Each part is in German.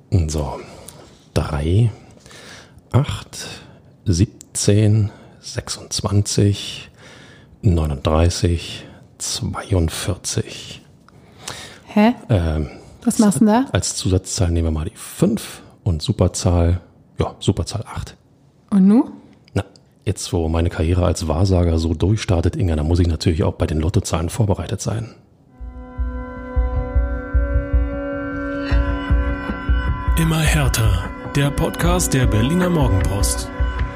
So, 3, 8, 17, 26, 39, 42. Hä? Was machst du denn da? Als Zusatzzahl nehmen wir mal die 5 und Superzahl 8. Und nu? Na, jetzt wo meine Karriere als Wahrsager so durchstartet, Inga, da muss ich natürlich auch bei den Lottozahlen vorbereitet sein. Immer härter. Der Podcast der Berliner Morgenpost.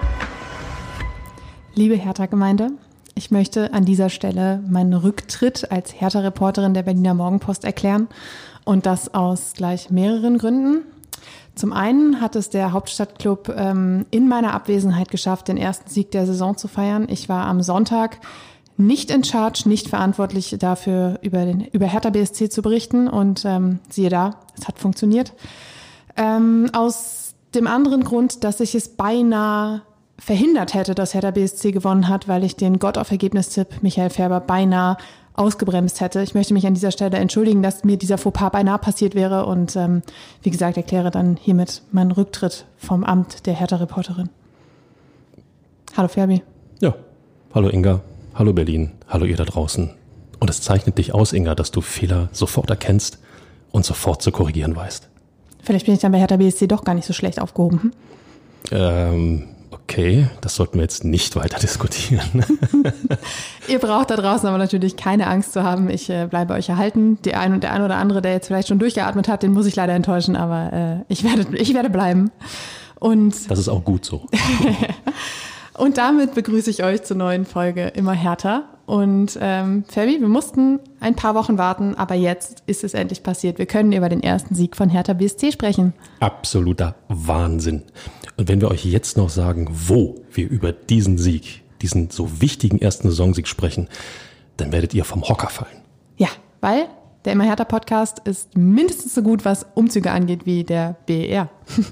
Liebe Hertha-Gemeinde, ich möchte an dieser Stelle meinen Rücktritt als Hertha-Reporterin der Berliner Morgenpost erklären und das aus gleich mehreren Gründen. Zum einen hat es der Hauptstadtklub in meiner Abwesenheit geschafft, den ersten Sieg der Saison zu feiern. Ich war am Sonntag nicht in charge, nicht verantwortlich dafür, über Hertha BSC zu berichten und siehe da, es hat funktioniert. Aus dem anderen Grund, dass ich es beinahe verhindert hätte, dass Hertha BSC gewonnen hat, weil ich den Gott-auf-Ergebnistipp Michael Färber beinahe ausgebremst hätte. Ich möchte mich an dieser Stelle entschuldigen, dass mir dieser Fauxpas beinahe passiert wäre und wie gesagt, erkläre dann hiermit meinen Rücktritt vom Amt der Hertha-Reporterin. Hallo Färbi. Ja, hallo Inga, hallo Berlin, hallo ihr da draußen. Und es zeichnet dich aus, Inga, dass du Fehler sofort erkennst und sofort zu korrigieren weißt. Vielleicht bin ich dann bei Hertha BSC doch gar nicht so schlecht aufgehoben. Okay, das sollten wir jetzt nicht weiter diskutieren. Ihr braucht da draußen aber natürlich keine Angst zu haben. Ich bleibe euch erhalten. Der ein oder andere, der jetzt vielleicht schon durchgeatmet hat, den muss ich leider enttäuschen, aber ich werde bleiben. Und das ist auch gut so. Und damit begrüße ich euch zur neuen Folge Immer härter. Und Fabi, wir mussten ein paar Wochen warten, aber jetzt ist es endlich passiert. Wir können über den ersten Sieg von Hertha BSC sprechen. Absoluter Wahnsinn. Und wenn wir euch jetzt noch sagen, wo wir über diesen Sieg, diesen so wichtigen ersten Saisonsieg sprechen, dann werdet ihr vom Hocker fallen. Ja, weil der Immer härter Podcast ist mindestens so gut, was Umzüge angeht, wie der BER.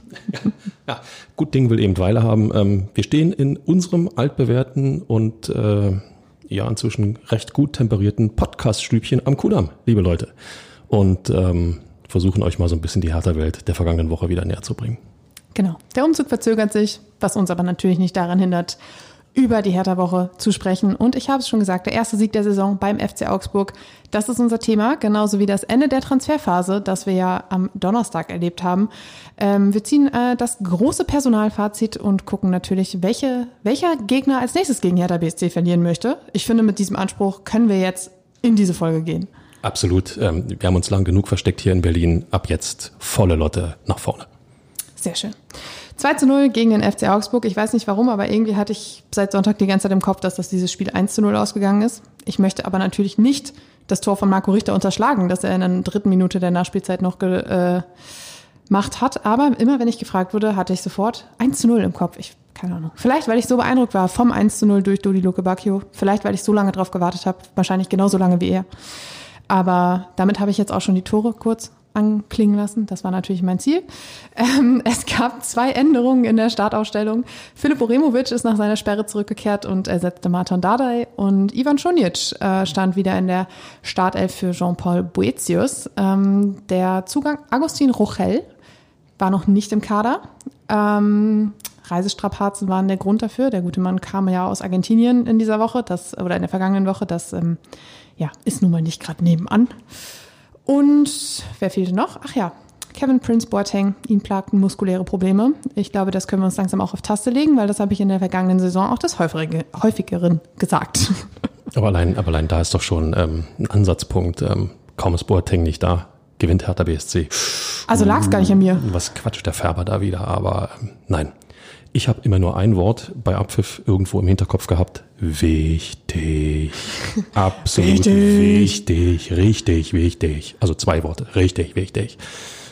Ja, gut Ding will eben Weile haben. Wir stehen in unserem altbewährten und inzwischen recht gut temperierten Podcast-Stübchen am Kudamm, liebe Leute. Und versuchen euch mal so ein bisschen die Hertha-Welt der vergangenen Woche wieder näher zu bringen. Genau. Der Umzug verzögert sich, was uns aber natürlich nicht daran hindert, über die Hertha-Woche zu sprechen. Und ich habe es schon gesagt, der erste Sieg der Saison beim FC Augsburg, das ist unser Thema, genauso wie das Ende der Transferphase, das wir ja am Donnerstag erlebt haben. Wir ziehen das große Personalfazit und gucken natürlich, welcher Gegner als nächstes gegen Hertha BSC verlieren möchte. Ich finde, mit diesem Anspruch können wir jetzt in diese Folge gehen. Absolut. Wir haben uns lang genug versteckt hier in Berlin. Ab jetzt volle Lotte nach vorne. Sehr schön. 2:0 gegen den FC Augsburg. Ich weiß nicht warum, aber irgendwie hatte ich seit Sonntag die ganze Zeit im Kopf, dass dieses Spiel 1:0 ausgegangen ist. Ich möchte aber natürlich nicht das Tor von Marco Richter unterschlagen, das er in der 3. Minute der Nachspielzeit noch gemacht hat. Aber immer wenn ich gefragt wurde, hatte ich sofort 1:0 im Kopf. Keine Ahnung. Vielleicht, weil ich so beeindruckt war vom 1:0 durch Dodi Luke-Bacchio. Vielleicht, weil ich so lange drauf gewartet habe. Wahrscheinlich genauso lange wie er. Aber damit habe ich jetzt auch schon die Tore kurz anklingen lassen. Das war natürlich mein Ziel. Es gab 2 Änderungen in der Startaufstellung. Filip Oremovic ist nach seiner Sperre zurückgekehrt und ersetzte Martin Dardai und Ivan Šonjić stand wieder in der Startelf für Jean-Paul Boetius. Der Zugang Agustin Rochel war noch nicht im Kader. Reisestrapazen waren der Grund dafür. Der gute Mann kam ja aus Argentinien in dieser Woche, oder in der vergangenen Woche. Das ist nun mal nicht gerade nebenan. Und wer fehlte noch? Ach ja, Kevin Prince Boateng, ihn plagten muskuläre Probleme. Ich glaube, das können wir uns langsam auch auf Taste legen, weil das habe ich in der vergangenen Saison auch des häufigeren gesagt. Aber allein da ist doch schon ein Ansatzpunkt. Kaum ist Boateng nicht da, gewinnt Hertha BSC. Also lag es gar nicht an mir. Was quatscht der Färber da wieder? Aber nein. Ich habe immer nur ein Wort bei Abpfiff irgendwo im Hinterkopf gehabt. Wichtig. Absolut wichtig. Richtig wichtig. Also 2 Worte. Richtig wichtig.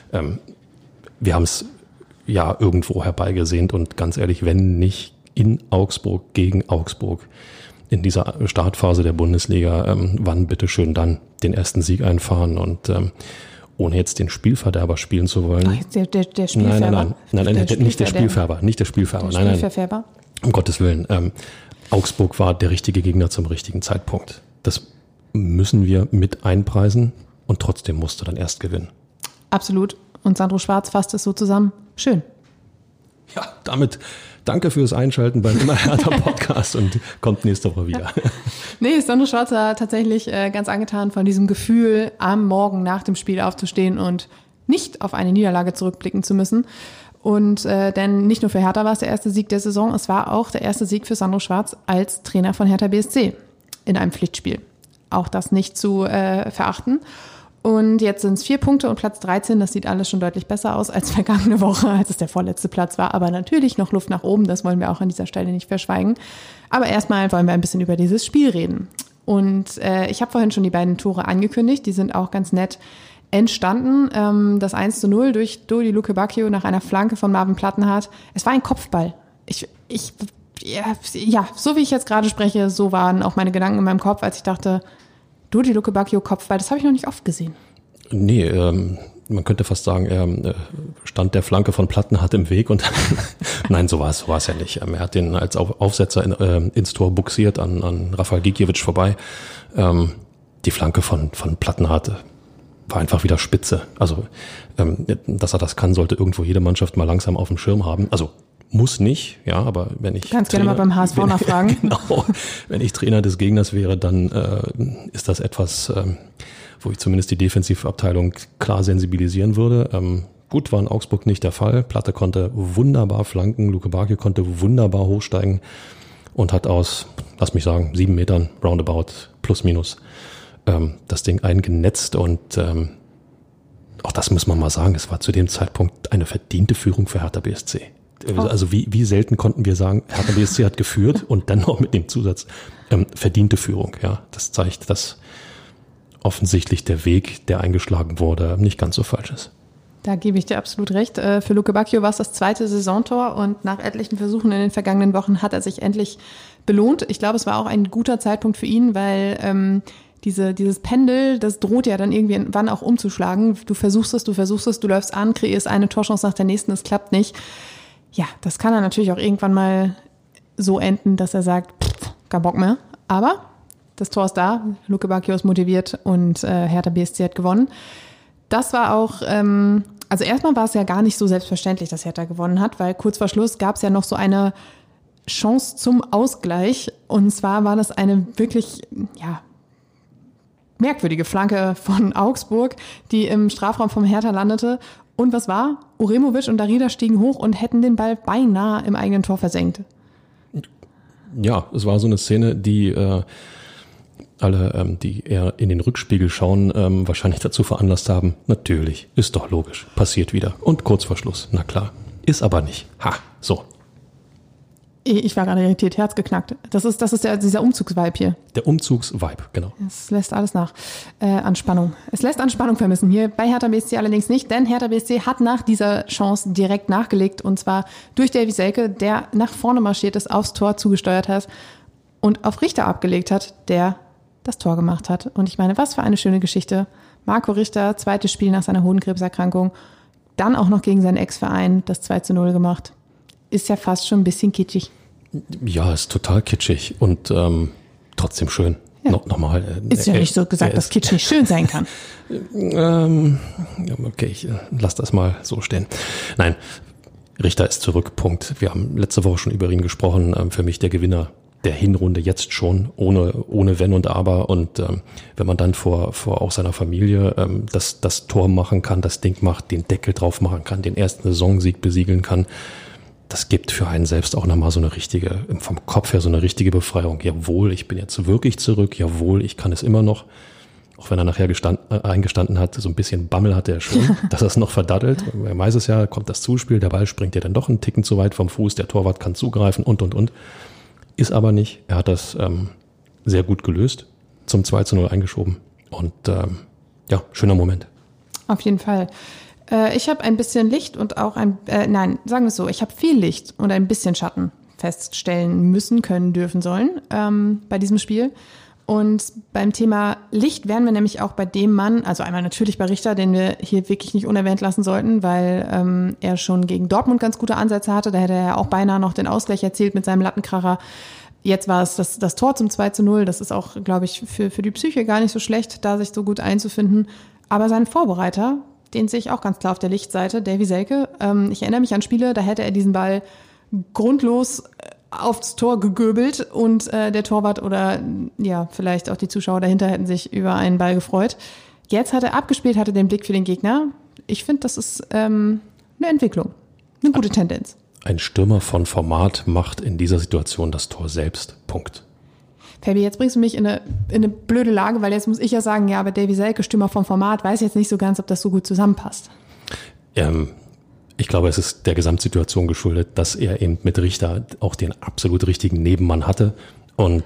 Wir haben es ja irgendwo herbeigesehnt und ganz ehrlich, wenn nicht in Augsburg gegen Augsburg in dieser Startphase der Bundesliga, wann bitteschön dann den ersten Sieg einfahren und ohne jetzt den Spielverderber spielen zu wollen. Der Spielfärber? Nein, nicht der Spielfärber. Nicht der Spielfärber. Nein. Um Gottes Willen. Augsburg war der richtige Gegner zum richtigen Zeitpunkt. Das müssen wir mit einpreisen und trotzdem musste dann erst gewinnen. Absolut. Und Sandro Schwarz fasst es so zusammen. Schön. Ja, damit danke fürs Einschalten beim Immer Hertha Podcast und kommt nächste Woche wieder. Nee, Sandro Schwarz war tatsächlich ganz angetan von diesem Gefühl, am Morgen nach dem Spiel aufzustehen und nicht auf eine Niederlage zurückblicken zu müssen. Und denn nicht nur für Hertha war es der erste Sieg der Saison, es war auch der erste Sieg für Sandro Schwarz als Trainer von Hertha BSC in einem Pflichtspiel. Auch das nicht zu verachten. Und jetzt sind es 4 Punkte und Platz 13. Das sieht alles schon deutlich besser aus als vergangene Woche, als es der vorletzte Platz war. Aber natürlich noch Luft nach oben, das wollen wir auch an dieser Stelle nicht verschweigen. Aber erstmal wollen wir ein bisschen über dieses Spiel reden. Und ich habe vorhin schon die beiden Tore angekündigt, die sind auch ganz nett entstanden. Das 1:0 durch Dodi Lukebakio nach einer Flanke von Marvin Plattenhardt. Es war ein Kopfball. Ja, so wie ich jetzt gerade spreche, so waren auch meine Gedanken in meinem Kopf, als ich dachte, Dodi Lukebakio Kopfball, das habe ich noch nicht oft gesehen. Nee, man könnte fast sagen, er stand der Flanke von Plattenhardt im Weg und nein, so war es ja nicht. Er hat den als Aufsetzer ins Tor buxiert an Rafael Gikiewicz vorbei. Die Flanke von Plattenhardt war einfach wieder spitze. Also, dass er das kann, sollte irgendwo jede Mannschaft mal langsam auf dem Schirm haben. Also muss nicht, ja, aber wenn ich kannst gerne mal beim HSV nachfragen. Genau, wenn ich Trainer des Gegners wäre, dann ist das etwas, wo ich zumindest die Defensivabteilung klar sensibilisieren würde. Gut, war in Augsburg nicht der Fall. Platte konnte wunderbar flanken, Lukebakio konnte wunderbar hochsteigen und hat aus, lass mich sagen, 7 Metern roundabout plus minus das Ding eingenetzt und auch das muss man mal sagen, es war zu dem Zeitpunkt eine verdiente Führung für Hertha BSC. Also wie selten konnten wir sagen, Hertha BSC hat geführt und dann noch mit dem Zusatz verdiente Führung. Ja, das zeigt, dass offensichtlich der Weg, der eingeschlagen wurde, nicht ganz so falsch ist. Da gebe ich dir absolut recht. Für Lukebakio war es das 2. Saisontor und nach etlichen Versuchen in den vergangenen Wochen hat er sich endlich belohnt. Ich glaube, es war auch ein guter Zeitpunkt für ihn, weil dieses Pendel, das droht ja dann irgendwann auch umzuschlagen. Du versuchst es, du läufst an, kreierst eine Torchance nach der nächsten, es klappt nicht. Ja, das kann er natürlich auch irgendwann mal so enden, dass er sagt, kein Bock mehr. Aber das Tor ist da, Lukebakio ist motiviert und Hertha BSC hat gewonnen. Das war auch, also erstmal war es ja gar nicht so selbstverständlich, dass Hertha gewonnen hat, weil kurz vor Schluss gab es ja noch so eine Chance zum Ausgleich. Und zwar war das eine wirklich, merkwürdige Flanke von Augsburg, die im Strafraum vom Hertha landete. Und was war? Uremovic und Darida stiegen hoch und hätten den Ball beinahe im eigenen Tor versenkt. Ja, es war so eine Szene, die alle, die eher in den Rückspiegel schauen, wahrscheinlich dazu veranlasst haben. Natürlich, ist doch logisch, passiert wieder. Und kurz vor Schluss, na klar. Ist aber nicht. So. Ich war gerade irritiert, Herz geknackt. Das ist dieser Umzugsvibe hier. Der Umzugsvibe, genau. Es lässt alles nach an Spannung. Es lässt an Spannung vermissen. Hier bei Hertha BSC allerdings nicht, denn Hertha BSC hat nach dieser Chance direkt nachgelegt und zwar durch Davy Selke, der nach vorne marschiert ist, aufs Tor zugesteuert hat und auf Richter abgelegt hat, der das Tor gemacht hat. Und ich meine, was für eine schöne Geschichte. Marco Richter, zweites Spiel nach seiner Hodenkrebserkrankung, dann auch noch gegen seinen Ex-Verein das 2:0 gemacht. Ist ja fast schon ein bisschen kitschig. Ja, ist total kitschig und trotzdem schön. Ja. Nochmal. Ist ja nicht so gesagt, dass Kitsch nicht schön sein kann. Okay, ich lass das mal so stehen. Nein, Richter ist zurück, Punkt. Wir haben letzte Woche schon über ihn gesprochen. Für mich der Gewinner der Hinrunde jetzt schon, ohne Wenn und Aber. Und wenn man dann vor auch seiner Familie das Tor machen kann, das Ding macht, den Deckel drauf machen kann, den ersten Saisonsieg besiegeln kann, das gibt für einen selbst auch nochmal so eine richtige, vom Kopf her so eine richtige Befreiung. Jawohl, ich bin jetzt wirklich zurück. Jawohl, ich kann es immer noch. Auch wenn er nachher eingestanden hat, so ein bisschen Bammel hatte er schon, dass er es noch verdattelt. Er weiß es ja, kommt das Zuspiel, der Ball springt ja dann doch einen Ticken zu weit vom Fuß, der Torwart kann zugreifen und. Ist aber nicht. Er hat das sehr gut gelöst, zum 2:0 eingeschoben. Und schöner Moment. Auf jeden Fall. Ich habe ein bisschen Licht und auch sagen wir es so, ich habe viel Licht und ein bisschen Schatten feststellen müssen, können, dürfen, sollen bei diesem Spiel. Und beim Thema Licht wären wir nämlich auch bei dem Mann, also einmal natürlich bei Richter, den wir hier wirklich nicht unerwähnt lassen sollten, weil er schon gegen Dortmund ganz gute Ansätze hatte. Da hätte er ja auch beinahe noch den Ausgleich erzielt mit seinem Lattenkracher. Jetzt war es das Tor zum 2:0. Das ist auch, glaube ich, für die Psyche gar nicht so schlecht, da sich so gut einzufinden. Aber sein Vorbereiter, Den sehe ich auch ganz klar auf der Lichtseite, Davy Selke. Ich erinnere mich an Spiele, da hätte er diesen Ball grundlos aufs Tor gegöbelt und der Torwart oder ja, vielleicht auch die Zuschauer dahinter hätten sich über einen Ball gefreut. Jetzt hat er abgespielt, hatte den Blick für den Gegner. Ich finde, das ist eine Entwicklung, eine gute Tendenz. Ein Stürmer von Format macht in dieser Situation das Tor selbst. Punkt. Fabi, jetzt bringst du mich in eine blöde Lage, weil jetzt muss ich ja sagen, ja, aber Davy Selke, Stürmer vom Format, weiß jetzt nicht so ganz, ob das so gut zusammenpasst. Ich glaube, es ist der Gesamtsituation geschuldet, dass er eben mit Richter auch den absolut richtigen Nebenmann hatte. Und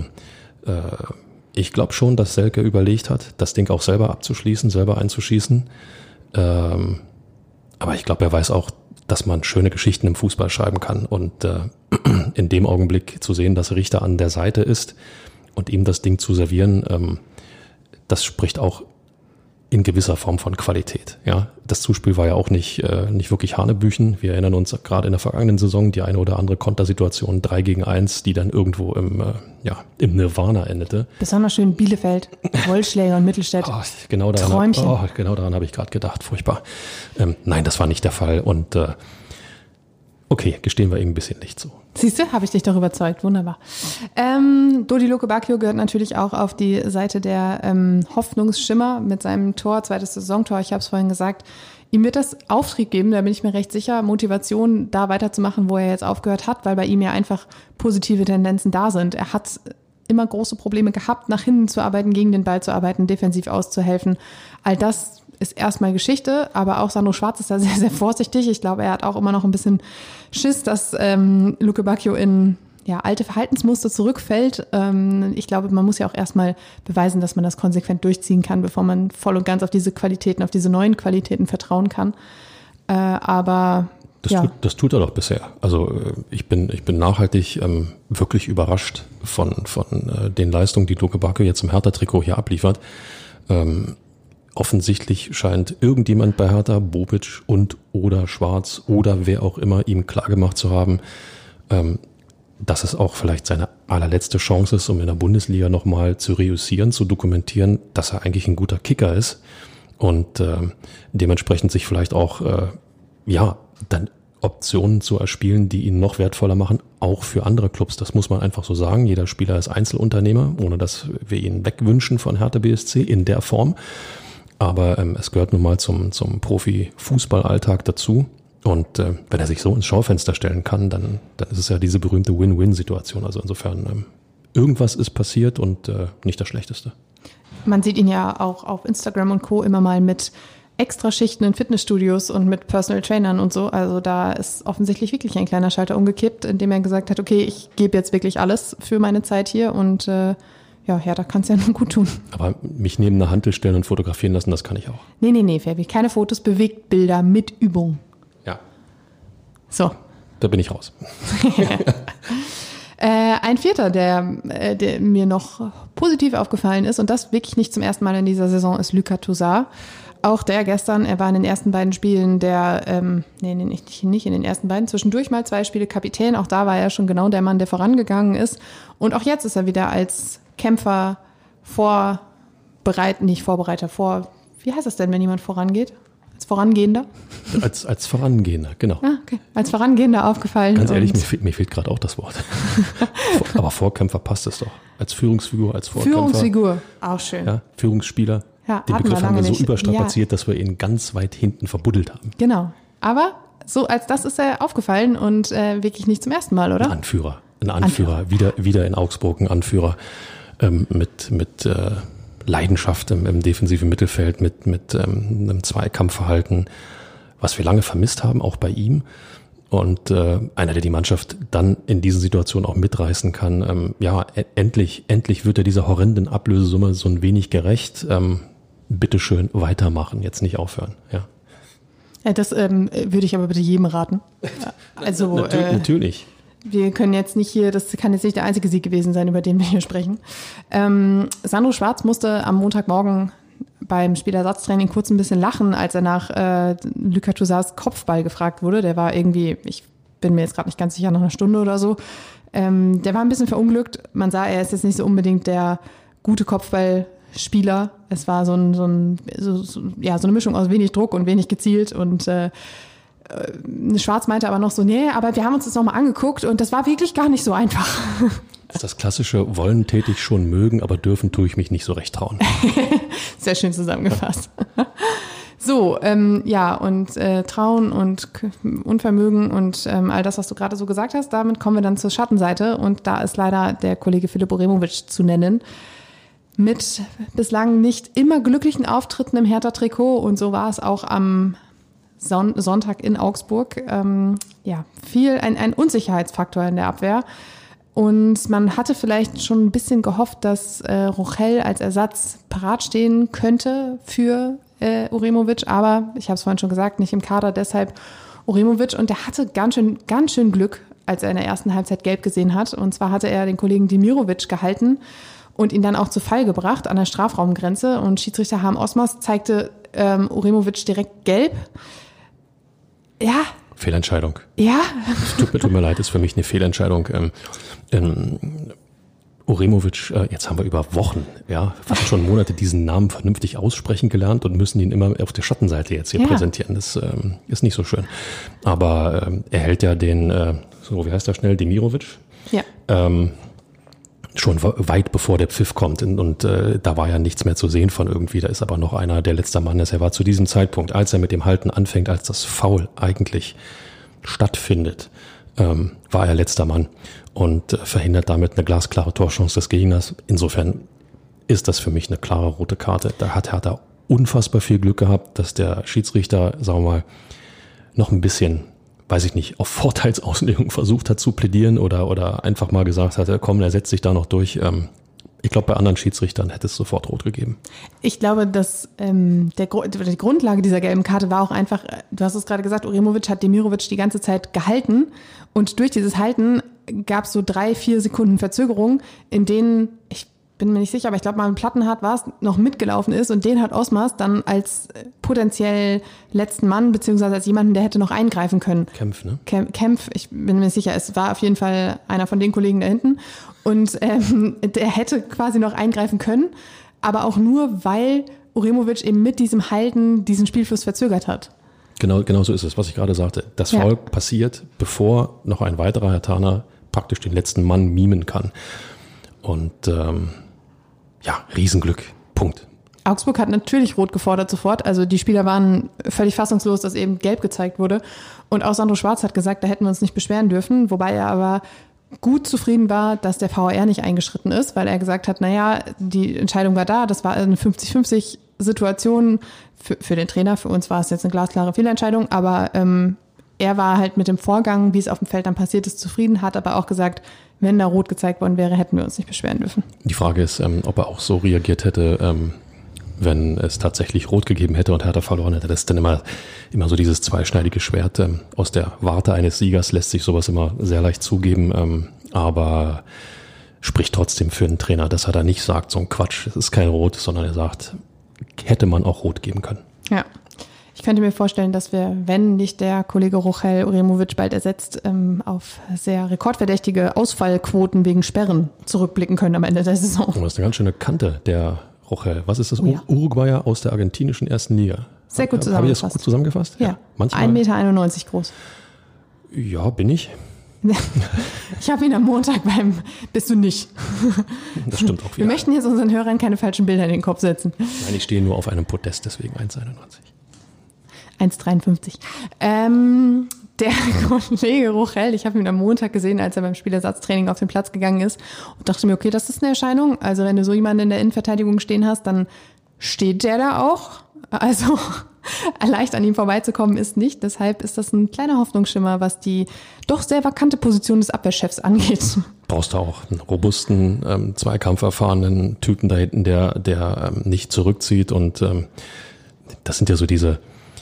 ich glaube schon, dass Selke überlegt hat, das Ding auch selber abzuschließen, selber einzuschießen. Aber ich glaube, er weiß auch, dass man schöne Geschichten im Fußball schreiben kann. Und in dem Augenblick zu sehen, dass Richter an der Seite ist und ihm das Ding zu servieren, das spricht auch in gewisser Form von Qualität. Ja, das Zuspiel war ja auch nicht wirklich Hanebüchen. Wir erinnern uns gerade in der vergangenen Saison die eine oder andere Kontersituation 3 gegen 1, die dann irgendwo im Nirvana endete. Besonders schön Bielefeld, Wollschläger und Mittelstädt. Genau daran habe ich gerade gedacht. Furchtbar. Nein, das war nicht der Fall. Und okay, gestehen wir ihm ein bisschen nicht so. Siehst du, habe ich dich doch überzeugt. Wunderbar. Dodi Lukebakio gehört natürlich auch auf die Seite der Hoffnungsschimmer mit seinem Tor, zweites Saisontor. Ich habe es vorhin gesagt. Ihm wird das Auftrieb geben, da bin ich mir recht sicher, Motivation, da weiterzumachen, wo er jetzt aufgehört hat, weil bei ihm ja einfach positive Tendenzen da sind. Er hat immer große Probleme gehabt, nach hinten zu arbeiten, gegen den Ball zu arbeiten, defensiv auszuhelfen. All das ist erstmal Geschichte, aber auch Sandro Schwarz ist da sehr, sehr vorsichtig. Ich glaube, er hat auch immer noch ein bisschen Schiss, dass Lukebakio in alte Verhaltensmuster zurückfällt. Ich glaube, man muss ja auch erstmal beweisen, dass man das konsequent durchziehen kann, bevor man voll und ganz auf diese Qualitäten, auf diese neuen Qualitäten vertrauen kann. Das tut er doch bisher. Also ich bin nachhaltig wirklich überrascht von den Leistungen, die Lukebakio jetzt im Hertha-Trikot hier abliefert. Offensichtlich scheint irgendjemand bei Hertha, Bobic und oder Schwarz oder wer auch immer, ihm klargemacht zu haben, dass es auch vielleicht seine allerletzte Chance ist, um in der Bundesliga nochmal zu reüssieren, zu dokumentieren, dass er eigentlich ein guter Kicker ist und dementsprechend sich vielleicht auch dann Optionen zu erspielen, die ihn noch wertvoller machen, auch für andere Clubs. Das muss man einfach so sagen. Jeder Spieler ist Einzelunternehmer, ohne dass wir ihn wegwünschen von Hertha BSC in der Form. Aber es gehört nun mal zum Profi-Fußballalltag dazu. Und wenn er sich so ins Schaufenster stellen kann, dann ist es ja diese berühmte Win-Win-Situation. Also insofern, irgendwas ist passiert und nicht das Schlechteste. Man sieht ihn ja auch auf Instagram und Co. immer mal mit Extraschichten in Fitnessstudios und mit Personal Trainern und so. Also da ist offensichtlich wirklich ein kleiner Schalter umgekippt, indem er gesagt hat, okay, ich gebe jetzt wirklich alles für meine Zeit hier und da kann es ja nur gut tun. Aber mich neben eine Hantel stellen und fotografieren lassen, das kann ich auch. Nee, Fabi, keine Fotos, Bewegtbilder mit Übung. Ja. So. Da bin ich raus. Ein vierter, der mir noch positiv aufgefallen ist und das wirklich nicht zum ersten Mal in dieser Saison, ist Lucas Toussaint. Auch der gestern, er war in den ersten beiden Spielen nicht in den ersten beiden, zwischendurch mal 2 Spiele Kapitän. Auch da war er schon genau der Mann, der vorangegangen ist. Und auch jetzt ist er wieder als Kämpfer wie heißt das denn, wenn jemand vorangeht? Als Vorangehender? Als Vorangehender, genau. Ah, okay. Als Vorangehender aufgefallen. Ganz ehrlich, mir fehlt gerade auch das Wort. Aber Vorkämpfer passt es doch. Als Führungsfigur, als Vorkämpfer. Führungsfigur, auch schön. Ja, Führungsspieler. Ja, den Begriff haben wir so überstrapaziert, dass wir ihn ganz weit hinten verbuddelt haben. Genau. Aber so als das ist er aufgefallen und wirklich nicht zum ersten Mal, oder? Ein Anführer. Wieder in Augsburg ein Anführer mit Leidenschaft im defensiven Mittelfeld, mit einem Zweikampfverhalten, was wir lange vermisst haben, auch bei ihm. Und einer, der die Mannschaft dann in diesen Situationen auch mitreißen kann. Endlich wird er dieser horrenden Ablösesumme so ein wenig gerecht. Bitteschön weitermachen, jetzt nicht aufhören. Ja, das würde ich aber bitte jedem raten. Also natürlich. Wir können jetzt nicht hier, das kann jetzt nicht der einzige Sieg gewesen sein, über den wir hier sprechen. Sandro Schwarz musste am Montagmorgen beim Spielersatztraining kurz ein bisschen lachen, als er nach Lucas Toussaints Kopfball gefragt wurde. Der war irgendwie, ich bin mir jetzt gerade nicht ganz sicher, nach einer Stunde oder so. Der war ein bisschen verunglückt. Man sah, er ist jetzt nicht so unbedingt der gute Kopfballschießer Spieler. Es war so eine Mischung aus wenig Druck und wenig gezielt und Schwarz meinte aber noch so, nee, aber wir haben uns das nochmal angeguckt und das war wirklich gar nicht so einfach. Das ist das klassische Wollen tätig schon mögen, aber dürfen tue ich mich nicht so recht trauen. Sehr schön zusammengefasst. So, Trauen und Unvermögen und all das, was du gerade so gesagt hast, damit kommen wir dann zur Schattenseite und da ist leider der Kollege Filip Uremovic zu nennen. Mit bislang nicht immer glücklichen Auftritten im Hertha-Trikot und so war es auch am Sonntag in Augsburg. Ein Unsicherheitsfaktor in der Abwehr. Und man hatte vielleicht schon ein bisschen gehofft, dass Rochel als Ersatz parat stehen könnte für Uremovic, aber ich habe es vorhin schon gesagt, nicht im Kader, deshalb Uremovic. Und der hatte ganz schön Glück, als er in der ersten Halbzeit gelb gesehen hat. Und zwar hatte er den Kollegen Demirovic gehalten und ihn dann auch zu Fall gebracht an der Strafraumgrenze. Und Schiedsrichter Harm Osmas zeigte Uremovic direkt gelb. Ja. Fehlentscheidung. Ja. Tut mir leid, ist für mich eine Fehlentscheidung. Uremovic, jetzt haben wir über Wochen, fast schon Monate diesen Namen vernünftig aussprechen gelernt und müssen ihn immer auf der Schattenseite jetzt hier präsentieren. Das ist nicht so schön. Aber er hält ja den, wie heißt er schnell, Demirovic? Ja. Schon weit bevor der Pfiff kommt und da war ja nichts mehr zu sehen von irgendwie, da ist aber noch einer, der letzter Mann ist. Er war zu diesem Zeitpunkt, als er mit dem Halten anfängt, als das Foul eigentlich stattfindet, war er letzter Mann und verhindert damit eine glasklare Torchance des Gegners. Insofern ist das für mich eine klare rote Karte. Da hat Hertha unfassbar viel Glück gehabt, dass der Schiedsrichter, sagen wir mal, noch ein bisschen, weiß ich nicht, auf Vorteilsauslegung versucht hat zu plädieren oder einfach mal gesagt hat, komm, er setzt sich da noch durch. Ich glaube, bei anderen Schiedsrichtern hätte es sofort rot gegeben. Ich glaube, dass die Grundlage dieser gelben Karte war auch einfach, du hast es gerade gesagt, Uremovic hat Demirovic die ganze Zeit gehalten und durch dieses Halten gab es so 3-4 Sekunden Verzögerung, in denen, ich bin mir nicht sicher, aber ich glaube, Marvin Plattenhardt war es, noch mitgelaufen ist und den hat Osmas dann als potenziell letzten Mann, beziehungsweise als jemanden, der hätte noch eingreifen können. Kempf, ne? Kempf, ich bin mir sicher, es war auf jeden Fall einer von den Kollegen da hinten und der hätte quasi noch eingreifen können, aber auch nur, weil Uremovic eben mit diesem Halten diesen Spielfluss verzögert hat. Genau so ist es, was ich gerade sagte. Das Foul passiert, bevor noch ein weiterer Herthaner praktisch den letzten Mann mimen kann. Und Riesenglück. Punkt. Augsburg hat natürlich rot gefordert sofort. Also die Spieler waren völlig fassungslos, dass eben gelb gezeigt wurde. Und auch Sandro Schwarz hat gesagt, da hätten wir uns nicht beschweren dürfen. Wobei er aber gut zufrieden war, dass der VAR nicht eingeschritten ist, weil er gesagt hat, die Entscheidung war da. Das war eine 50-50-Situation für den Trainer. Für uns war es jetzt eine glasklare Fehlentscheidung. Aber er war halt mit dem Vorgang, wie es auf dem Feld dann passiert ist, zufrieden, hat aber auch gesagt, wenn da rot gezeigt worden wäre, hätten wir uns nicht beschweren dürfen. Die Frage ist, ob er auch so reagiert hätte, wenn es tatsächlich rot gegeben hätte und Hertha verloren hätte. Das ist dann immer so dieses zweischneidige Schwert. Aus der Warte eines Siegers lässt sich sowas immer sehr leicht zugeben, aber spricht trotzdem für einen Trainer, dass er da nicht sagt, so ein Quatsch, es ist kein Rot, sondern er sagt, hätte man auch rot geben können. Ja. Ich könnte mir vorstellen, dass wir, wenn nicht der Kollege Rochel Uremovic bald ersetzt, auf sehr rekordverdächtige Ausfallquoten wegen Sperren zurückblicken können am Ende der Saison. Das ist eine ganz schöne Kante, der Rochel. Was ist das? Oh, ja. Uruguayer aus der argentinischen ersten Liga. Sehr gut zusammengefasst. Habe ich das gut zusammengefasst? Ja. 1,91 Meter groß. Ja, bin ich. Ich habe ihn am Montag bist du nicht. Das stimmt auch wieder. Wir möchten jetzt unseren Hörern keine falschen Bilder in den Kopf setzen. Nein, ich stehe nur auf einem Podest, deswegen 1,91. 1,53. Der Kollege Rochel, ich habe ihn am Montag gesehen, als er beim Spielersatztraining auf den Platz gegangen ist und dachte mir, okay, das ist eine Erscheinung. Also wenn du so jemanden in der Innenverteidigung stehen hast, dann steht der da auch. Also leicht an ihm vorbeizukommen ist nicht. Deshalb ist das ein kleiner Hoffnungsschimmer, was die doch sehr vakante Position des Abwehrchefs angeht. Brauchst du auch einen robusten, zweikampferfahrenen Typen da hinten, der nicht zurückzieht. Und das sind ja so diese,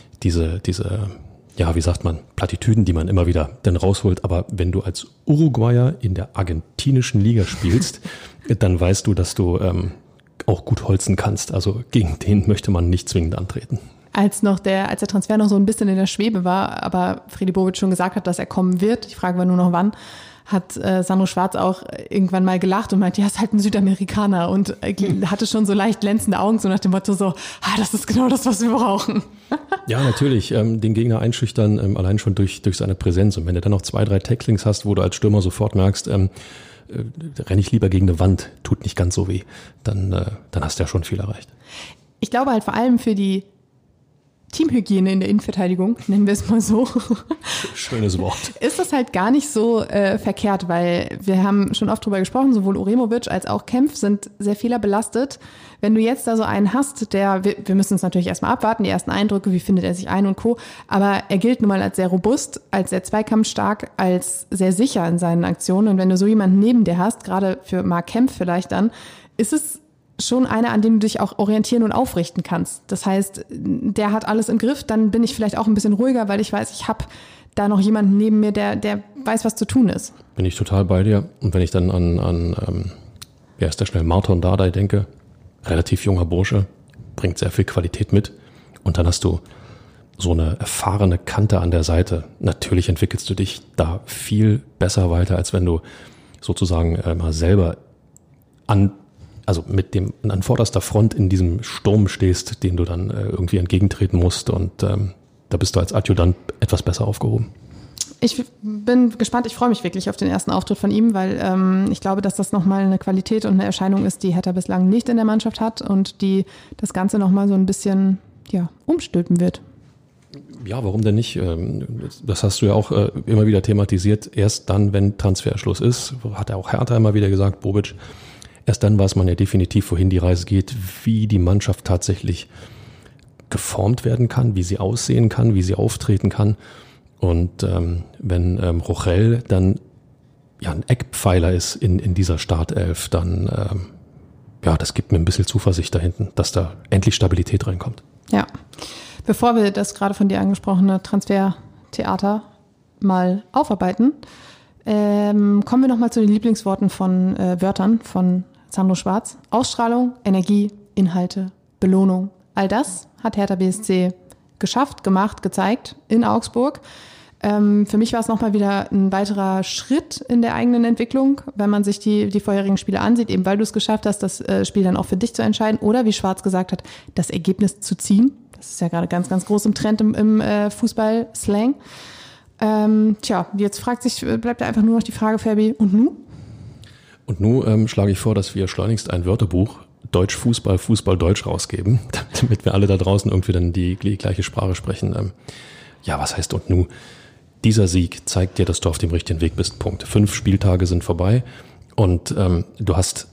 wie sagt man, Plattitüden, die man immer wieder dann rausholt. Aber wenn du als Uruguayer in der argentinischen Liga spielst, dann weißt du, dass du auch gut holzen kannst. Also gegen den möchte man nicht zwingend antreten. als der Transfer noch so ein bisschen in der Schwebe war, aber Fredi Bobic schon gesagt hat, dass er kommen wird, die Frage war nur noch wann, hat Sandro Schwarz auch irgendwann mal gelacht und meint, ja, ist halt ein Südamerikaner und hatte schon so leicht glänzende Augen, so nach dem Motto so, das ist genau das, was wir brauchen. Ja, natürlich, den Gegner einschüchtern, allein schon durch seine Präsenz. Und wenn du dann noch 2, 3 Tacklings hast, wo du als Stürmer sofort merkst, renne ich lieber gegen eine Wand, tut nicht ganz so weh, dann hast du ja schon viel erreicht. Ich glaube halt vor allem für die Teamhygiene in der Innenverteidigung, nennen wir es mal so. Schönes Wort. Ist das halt gar nicht so verkehrt, weil wir haben schon oft drüber gesprochen, sowohl Uremovic als auch Kempf sind sehr fehlerbelastet. Wenn du jetzt da so einen hast, wir müssen es natürlich erstmal abwarten, die ersten Eindrücke, wie findet er sich ein und Co., aber er gilt nun mal als sehr robust, als sehr zweikampfstark, als sehr sicher in seinen Aktionen und wenn du so jemanden neben dir hast, gerade für Marc Kempf vielleicht dann, ist es schon einer, an dem du dich auch orientieren und aufrichten kannst. Das heißt, der hat alles im Griff, dann bin ich vielleicht auch ein bisschen ruhiger, weil ich weiß, ich habe da noch jemanden neben mir, der weiß, was zu tun ist. Bin ich total bei dir. Und wenn ich dann an wer ist der schnell, Marton Dardai denke, relativ junger Bursche, bringt sehr viel Qualität mit. Und dann hast du so eine erfahrene Kante an der Seite. Natürlich entwickelst du dich da viel besser weiter, als wenn du sozusagen mal selber mit dem an vorderster Front in diesem Sturm stehst, den du dann irgendwie entgegentreten musst und da bist du als Adjutant etwas besser aufgehoben. Ich bin gespannt, ich freue mich wirklich auf den ersten Auftritt von ihm, weil ich glaube, dass das nochmal eine Qualität und eine Erscheinung ist, die Hertha bislang nicht in der Mannschaft hat und die das Ganze nochmal so ein bisschen umstülpen wird. Ja, warum denn nicht? Das hast du ja auch immer wieder thematisiert. Erst dann, wenn Transferschluss ist, hat er auch Hertha immer wieder gesagt, Bobic. Erst dann weiß man ja definitiv, wohin die Reise geht, wie die Mannschaft tatsächlich geformt werden kann, wie sie aussehen kann, wie sie auftreten kann. Und wenn Rochel dann ein Eckpfeiler ist in dieser Startelf, dann das gibt mir ein bisschen Zuversicht da hinten, dass da endlich Stabilität reinkommt. Ja, bevor wir das gerade von dir angesprochene Transfertheater mal aufarbeiten, kommen wir nochmal zu den Lieblingsworten von Wörtern von Sandro Schwarz. Ausstrahlung, Energie, Inhalte, Belohnung. All das hat Hertha BSC geschafft, gemacht, gezeigt in Augsburg. Für mich war es nochmal wieder ein weiterer Schritt in der eigenen Entwicklung, wenn man sich die vorherigen Spiele ansieht, eben weil du es geschafft hast, das Spiel dann auch für dich zu entscheiden oder, wie Schwarz gesagt hat, das Ergebnis zu ziehen. Das ist ja gerade ganz, ganz groß im Trend im Fußball-Slang. Jetzt bleibt da einfach nur noch die Frage, Fabi, und nu? Und nun schlage ich vor, dass wir schleunigst ein Wörterbuch Deutsch-Fußball, Fußball-Deutsch rausgeben, damit wir alle da draußen irgendwie dann die gleiche Sprache sprechen. Was heißt und nu? Dieser Sieg zeigt dir, dass du auf dem richtigen Weg bist. Punkt. 5 Spieltage sind vorbei und du hast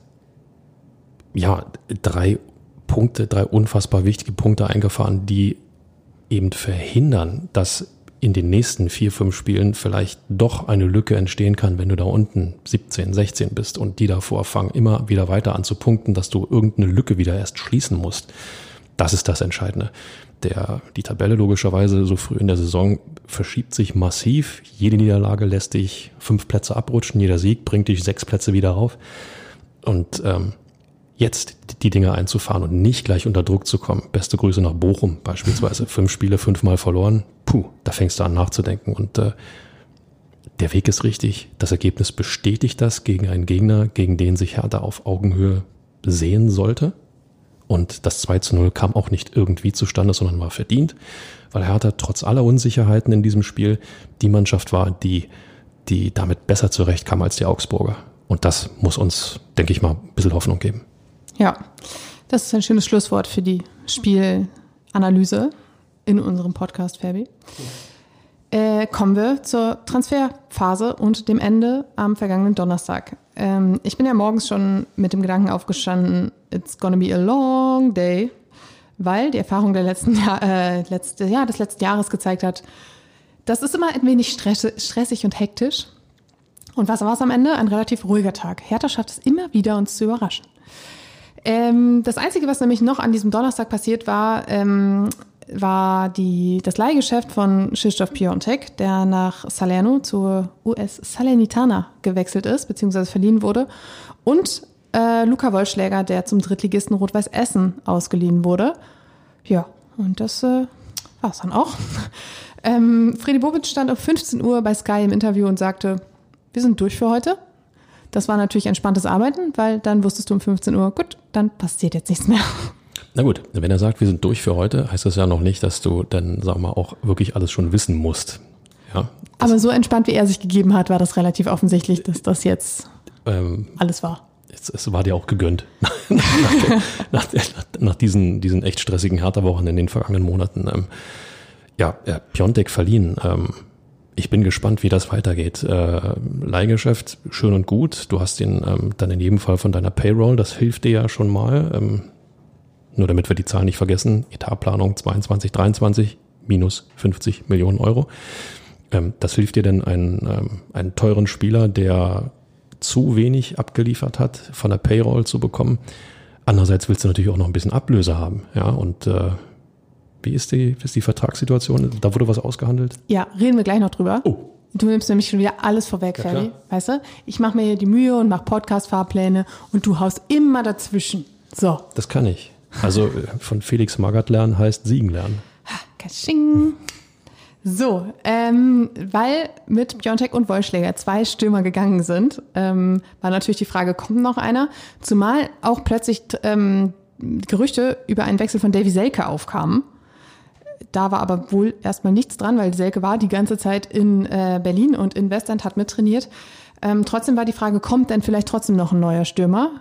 3 unfassbar wichtige Punkte eingefahren, die eben verhindern, dass in den nächsten 4, 5 Spielen vielleicht doch eine Lücke entstehen kann, wenn du da unten 17, 16 bist und die davor fangen immer wieder weiter an zu punkten, dass du irgendeine Lücke wieder erst schließen musst. Das ist das Entscheidende. Die Tabelle logischerweise so früh in der Saison verschiebt sich massiv. Jede Niederlage lässt dich 5 Plätze abrutschen, jeder Sieg bringt dich 6 Plätze wieder rauf. Und jetzt die Dinge einzufahren und nicht gleich unter Druck zu kommen. Beste Grüße nach Bochum beispielsweise. 5 Spiele, 5-mal verloren. Da fängst du an nachzudenken. Und der Weg ist richtig. Das Ergebnis bestätigt das gegen einen Gegner, gegen den sich Hertha auf Augenhöhe sehen sollte. Und das 2:0 kam auch nicht irgendwie zustande, sondern war verdient, weil Hertha trotz aller Unsicherheiten in diesem Spiel die Mannschaft war, die damit besser zurechtkam als die Augsburger. Und das muss uns, denke ich mal, ein bisschen Hoffnung geben. Ja, das ist ein schönes Schlusswort für die Spielanalyse in unserem Podcast, Fabi. Kommen wir zur Transferphase und dem Ende am vergangenen Donnerstag. Ich bin ja morgens schon mit dem Gedanken aufgestanden, it's gonna be a long day, weil die Erfahrung des letzten Jahres gezeigt hat, das ist immer ein wenig stressig und hektisch. Und was war es am Ende? Ein relativ ruhiger Tag. Hertha schafft es immer wieder, uns zu überraschen. Das Einzige, was nämlich noch an diesem Donnerstag passiert war das Leihgeschäft von Krzysztof Piątek, der nach Salerno zur US Salernitana gewechselt ist, beziehungsweise verliehen wurde, und Luca Wollschläger, der zum Drittligisten Rot-Weiß Essen ausgeliehen wurde. Ja, und das war es dann auch. Fredi Bobic stand um 15 Uhr bei Sky im Interview und sagte, wir sind durch für heute. Das war natürlich entspanntes Arbeiten, weil dann wusstest du um 15 Uhr, gut, dann passiert jetzt nichts mehr. Na gut, wenn er sagt, wir sind durch für heute, heißt das ja noch nicht, dass du dann, sagen wir mal, auch wirklich alles schon wissen musst. Ja, aber so entspannt, wie er sich gegeben hat, war das relativ offensichtlich, dass das jetzt alles war. Es war dir auch gegönnt. nach diesen echt stressigen Hertha-Wochen in den vergangenen Monaten. Piontek verliehen. Ich bin gespannt, wie das weitergeht. Leihgeschäft, schön und gut. Du hast ihn dann in jedem Fall von deiner Payroll. Das hilft dir ja schon mal. Nur damit wir die Zahlen nicht vergessen. Etatplanung 22, 23, minus 50 Millionen Euro. Das hilft dir denn, einen teuren Spieler, der zu wenig abgeliefert hat, von der Payroll zu bekommen. Andererseits willst du natürlich auch noch ein bisschen Ablöse haben. Ja, und wie ist die Vertragssituation? Da wurde was ausgehandelt? Ja, reden wir gleich noch drüber. Oh. Du nimmst nämlich schon wieder alles vorweg, ja, Ferdi. Weißt du? Ich mache mir hier die Mühe und mache Podcast-Fahrpläne und du haust immer dazwischen. So. Das kann ich. Also von Felix Magath lernen heißt siegen lernen. Kasching. So, weil mit Piontek und Wollschläger 2 Stürmer gegangen sind, war natürlich die Frage, kommt noch einer? Zumal auch plötzlich Gerüchte über einen Wechsel von Davy Selke aufkamen. Da war aber wohl erstmal nichts dran, weil Selke war die ganze Zeit in Berlin und in Westend, hat mittrainiert. Trotzdem war die Frage, kommt denn vielleicht trotzdem noch ein neuer Stürmer?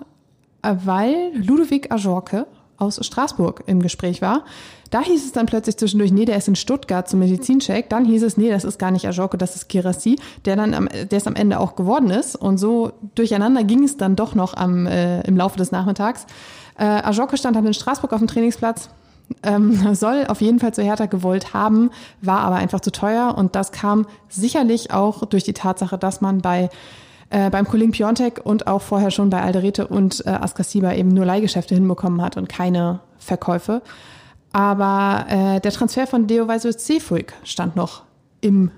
Weil Ludovic Ajorque aus Straßburg im Gespräch war. Da hieß es dann plötzlich zwischendurch, nee, der ist in Stuttgart zum Medizincheck. Dann hieß es, nee, das ist gar nicht Ajorque, das ist Guirassy, der es am Ende auch geworden ist. Und so durcheinander ging es dann doch noch im Laufe des Nachmittags. Ajorque stand dann in Straßburg auf dem Trainingsplatz, soll auf jeden Fall zu Hertha gewollt haben, war aber einfach zu teuer. Und das kam sicherlich auch durch die Tatsache, dass man beim Kollegen Piontek und auch vorher schon bei Alderete und Askasiba eben nur Leihgeschäfte hinbekommen hat und keine Verkäufe. Aber der Transfer von Deovaisio Cefuig stand noch im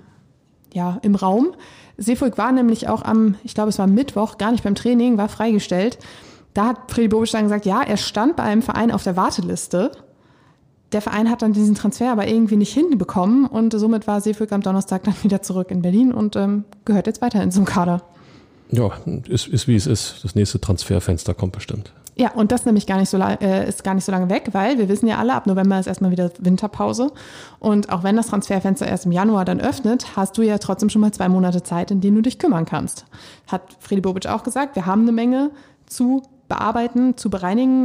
Raum. Cefuig war nämlich auch ich glaube es war Mittwoch, gar nicht beim Training, war freigestellt. Da hat Fredi Bobic dann gesagt, ja, er stand bei einem Verein auf der Warteliste. Der Verein hat dann diesen Transfer aber irgendwie nicht hinbekommen und somit war Cefuig am Donnerstag dann wieder zurück in Berlin und gehört jetzt weiterhin zum Kader. Ja, ist wie es ist. Das nächste Transferfenster kommt bestimmt. Ja, und das nämlich ist gar nicht so lange weg, weil wir wissen ja alle, ab November ist erstmal wieder Winterpause. Und auch wenn das Transferfenster erst im Januar dann öffnet, hast du ja trotzdem schon mal 2 Monate Zeit, in denen du dich kümmern kannst. Hat Fredi Bobic auch gesagt, wir haben eine Menge zu bearbeiten, zu bereinigen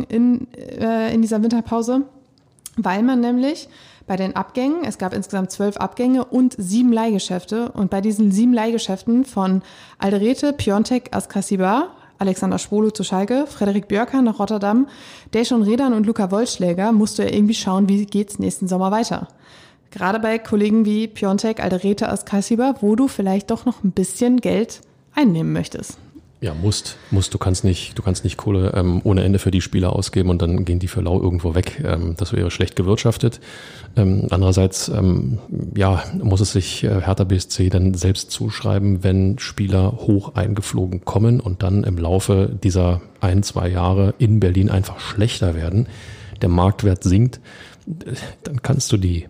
in dieser Winterpause, weil man nämlich bei den Abgängen, es gab insgesamt 12 Abgänge und 7 Leihgeschäfte. Und bei diesen 7 Leihgeschäften von Alderete, Piontek, Askasiba, Alexander Schwolo zu Schalke, Frederik Björkan nach Rotterdam, Dejan Redan und Luca Wollschläger musst du ja irgendwie schauen, wie geht's nächsten Sommer weiter. Gerade bei Kollegen wie Piontek, Alderete, Askasiba, wo du vielleicht doch noch ein bisschen Geld einnehmen möchtest. Ja, du kannst nicht Kohle ohne Ende für die Spieler ausgeben und dann gehen die für lau irgendwo weg. Das wäre schlecht gewirtschaftet. Andererseits, muss es sich Hertha BSC dann selbst zuschreiben, wenn Spieler hoch eingeflogen kommen und dann im Laufe dieser 1-2 Jahre in Berlin einfach schlechter werden, der Marktwert sinkt, dann kannst du die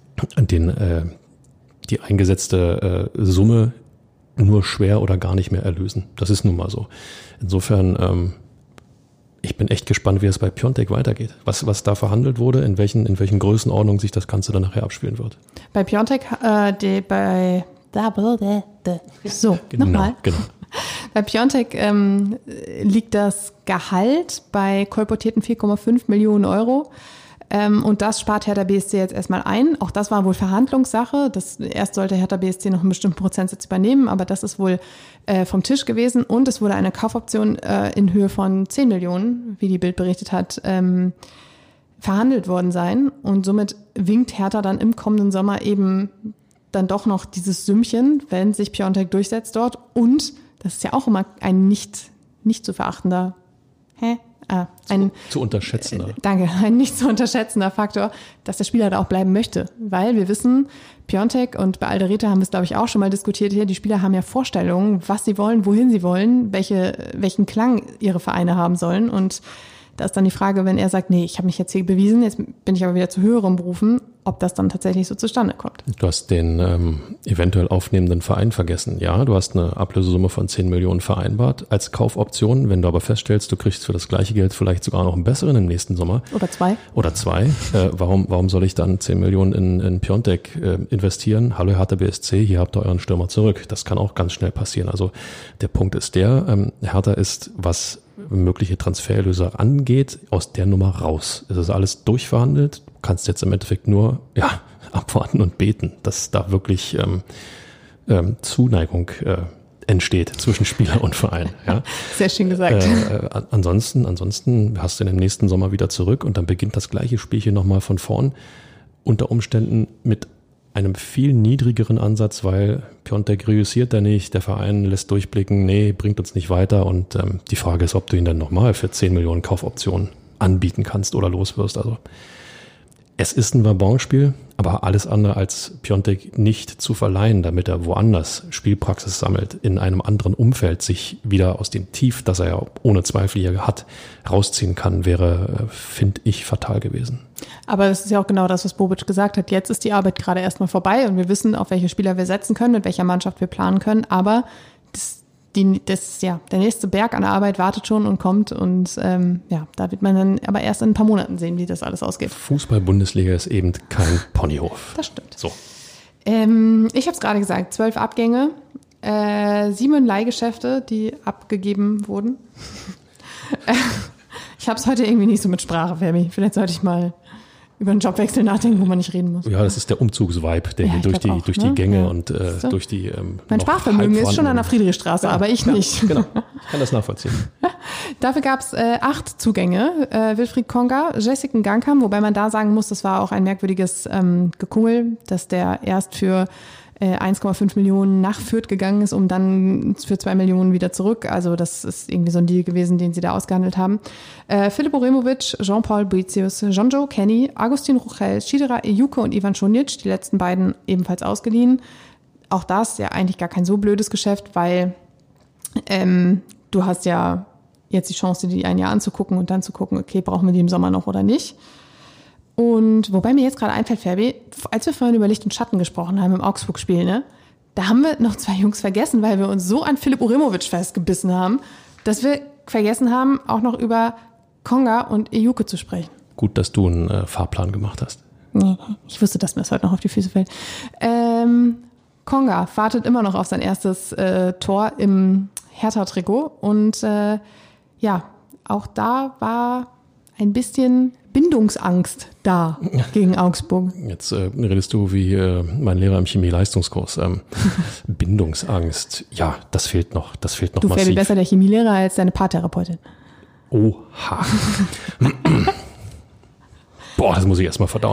eingesetzte Summe nur schwer oder gar nicht mehr erlösen. Das ist nun mal so. Insofern, ich bin echt gespannt, wie es bei Piontek weitergeht. Was da verhandelt wurde, in welchen Größenordnungen sich das Ganze dann nachher abspielen wird. Bei Piontek, nochmal. Genau. Bei Piontek liegt das Gehalt bei kolportierten 4,5 Millionen Euro. Und das spart Hertha BSC jetzt erstmal ein. Auch das war wohl Verhandlungssache. Erst sollte Hertha BSC noch einen bestimmten Prozentsatz übernehmen, aber das ist wohl vom Tisch gewesen. Und es wurde eine Kaufoption in Höhe von 10 Millionen, wie die Bild berichtet hat, verhandelt worden sein. Und somit winkt Hertha dann im kommenden Sommer eben dann doch noch dieses Sümmchen, wenn sich Piontek durchsetzt dort. Und das ist ja auch immer ein nicht zu verachtender zu unterschätzender. Danke, ein nicht zu unterschätzender Faktor, dass der Spieler da auch bleiben möchte. Weil wir wissen, Piontek und bei Alderete haben wir es, glaube ich, auch schon mal diskutiert hier, die Spieler haben ja Vorstellungen, was sie wollen, wohin sie wollen, welchen Klang ihre Vereine haben sollen. Und Da ist dann die Frage, wenn er sagt, nee, ich habe mich jetzt hier bewiesen, jetzt bin ich aber wieder zu höheren Berufen, ob das dann tatsächlich so zustande kommt. Du hast den eventuell aufnehmenden Verein vergessen. Ja, du hast eine Ablösesumme von 10 Millionen vereinbart als Kaufoption. Wenn du aber feststellst, du kriegst für das gleiche Geld vielleicht sogar noch einen besseren im nächsten Sommer. Oder zwei. Warum soll ich dann 10 Millionen in Piontek investieren? Hallo Hertha BSC, hier habt ihr euren Stürmer zurück. Das kann auch ganz schnell passieren. Also der Punkt ist Hertha ist, was mögliche Transfererlöse angeht, aus der Nummer raus. Es ist alles durchverhandelt. Du kannst jetzt im Endeffekt nur abwarten und beten, dass da wirklich Zuneigung entsteht zwischen Spieler und Verein. Ja. Sehr schön gesagt. Ansonsten hast du den nächsten Sommer wieder zurück und dann beginnt das gleiche Spielchen nochmal von vorn. Unter Umständen mit einem viel niedrigeren Ansatz, weil Piontek reüssiert da nicht, der Verein lässt durchblicken, nee, bringt uns nicht weiter und die Frage ist, ob du ihn dann nochmal für 10 Millionen Kaufoptionen anbieten kannst oder loswirst. Also es ist ein Wabonspiel, aber alles andere als Piontek nicht zu verleihen, damit er woanders Spielpraxis sammelt, in einem anderen Umfeld sich wieder aus dem Tief, das er ja ohne Zweifel hier hat, rausziehen kann, wäre, finde ich, fatal gewesen. Aber das ist ja auch genau das, was Bobic gesagt hat. Jetzt ist die Arbeit gerade erstmal vorbei und wir wissen, auf welche Spieler wir setzen können, mit welcher Mannschaft wir planen können, aber der nächste Berg an Arbeit wartet schon und kommt und da wird man dann aber erst in ein paar Monaten sehen, wie das alles ausgeht. Fußball-Bundesliga ist eben kein Ponyhof. Das stimmt. So. Ich habe es gerade gesagt, 12 Abgänge, 7 Leihgeschäfte, die abgegeben wurden. Ich habe es heute irgendwie nicht so mit Sprache, Fabi. Vielleicht sollte ich mal über einen Jobwechsel nachdenken, wo man nicht reden muss. Ja, das ist der Umzugsvibe, der hier durch die Gänge und durch die mein Sprachvermögen ist schon an der Friedrichstraße, aber ich nicht. Genau, ich kann das nachvollziehen. Dafür gab es 8 Zugänge. Wilfried Konga, Jessica Gangkam, wobei man da sagen muss, das war auch ein merkwürdiges Gekungel, dass der erst für 1,5 Millionen nach Fürth gegangen ist, um dann für 2 Millionen wieder zurück. Also das ist irgendwie so ein Deal gewesen, den sie da ausgehandelt haben. Filip Oremovic, Jean-Paul Boetius, Jonjo Kenny, Agustin Ruchel, Shidera Ejuke und Ivan Šunjić, die letzten beiden ebenfalls ausgeliehen. Auch das ja eigentlich gar kein so blödes Geschäft, weil du hast ja jetzt die Chance, die ein Jahr anzugucken und dann zu gucken, okay, brauchen wir die im Sommer noch oder nicht. Und wobei mir jetzt gerade einfällt, Fabi, als wir vorhin über Licht und Schatten gesprochen haben im Augsburg-Spiel, ne, da haben wir noch 2 Jungs vergessen, weil wir uns so an Filip Oremovic festgebissen haben, dass wir vergessen haben, auch noch über Konga und Ejuke zu sprechen. Gut, dass du einen Fahrplan gemacht hast. Nee, ich wusste, dass mir das heute noch auf die Füße fällt. Konga wartet immer noch auf sein erstes Tor im Hertha-Trikot und auch da war ein bisschen Bindungsangst da gegen Augsburg. Jetzt redest du wie mein Lehrer im Chemie-Leistungskurs. Bindungsangst, ja, das fehlt noch massiv. Du wärst besser der Chemielehrer als deine Paartherapeutin. Oha. Boah, das muss ich erstmal verdauen.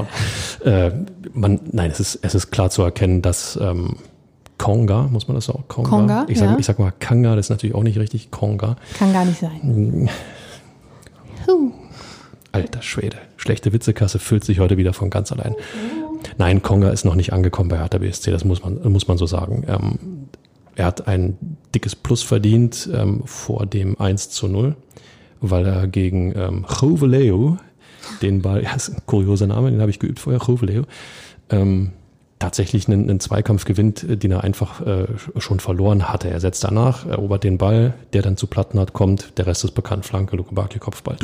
Es ist klar zu erkennen, dass Konga, muss man das auch? Konga? Ich sag mal Kanga, das ist natürlich auch nicht richtig. Konga. Kann gar nicht sein. Alter Schwede. Schlechte Witzekasse füllt sich heute wieder von ganz allein. Nein, Konga ist noch nicht angekommen bei Hertha BSC, das muss man so sagen. Er hat ein dickes Plus verdient vor dem 1:0, weil er gegen Joveleo den Ball, ist ein kurioser Name, den habe ich geübt vorher, Joveleo, tatsächlich einen Zweikampf gewinnt, den er einfach schon verloren hatte. Er setzt danach, erobert den Ball, der dann zu Plattenhardt kommt, der Rest ist bekannt, Flanke, Luke Bakio, Kopfball.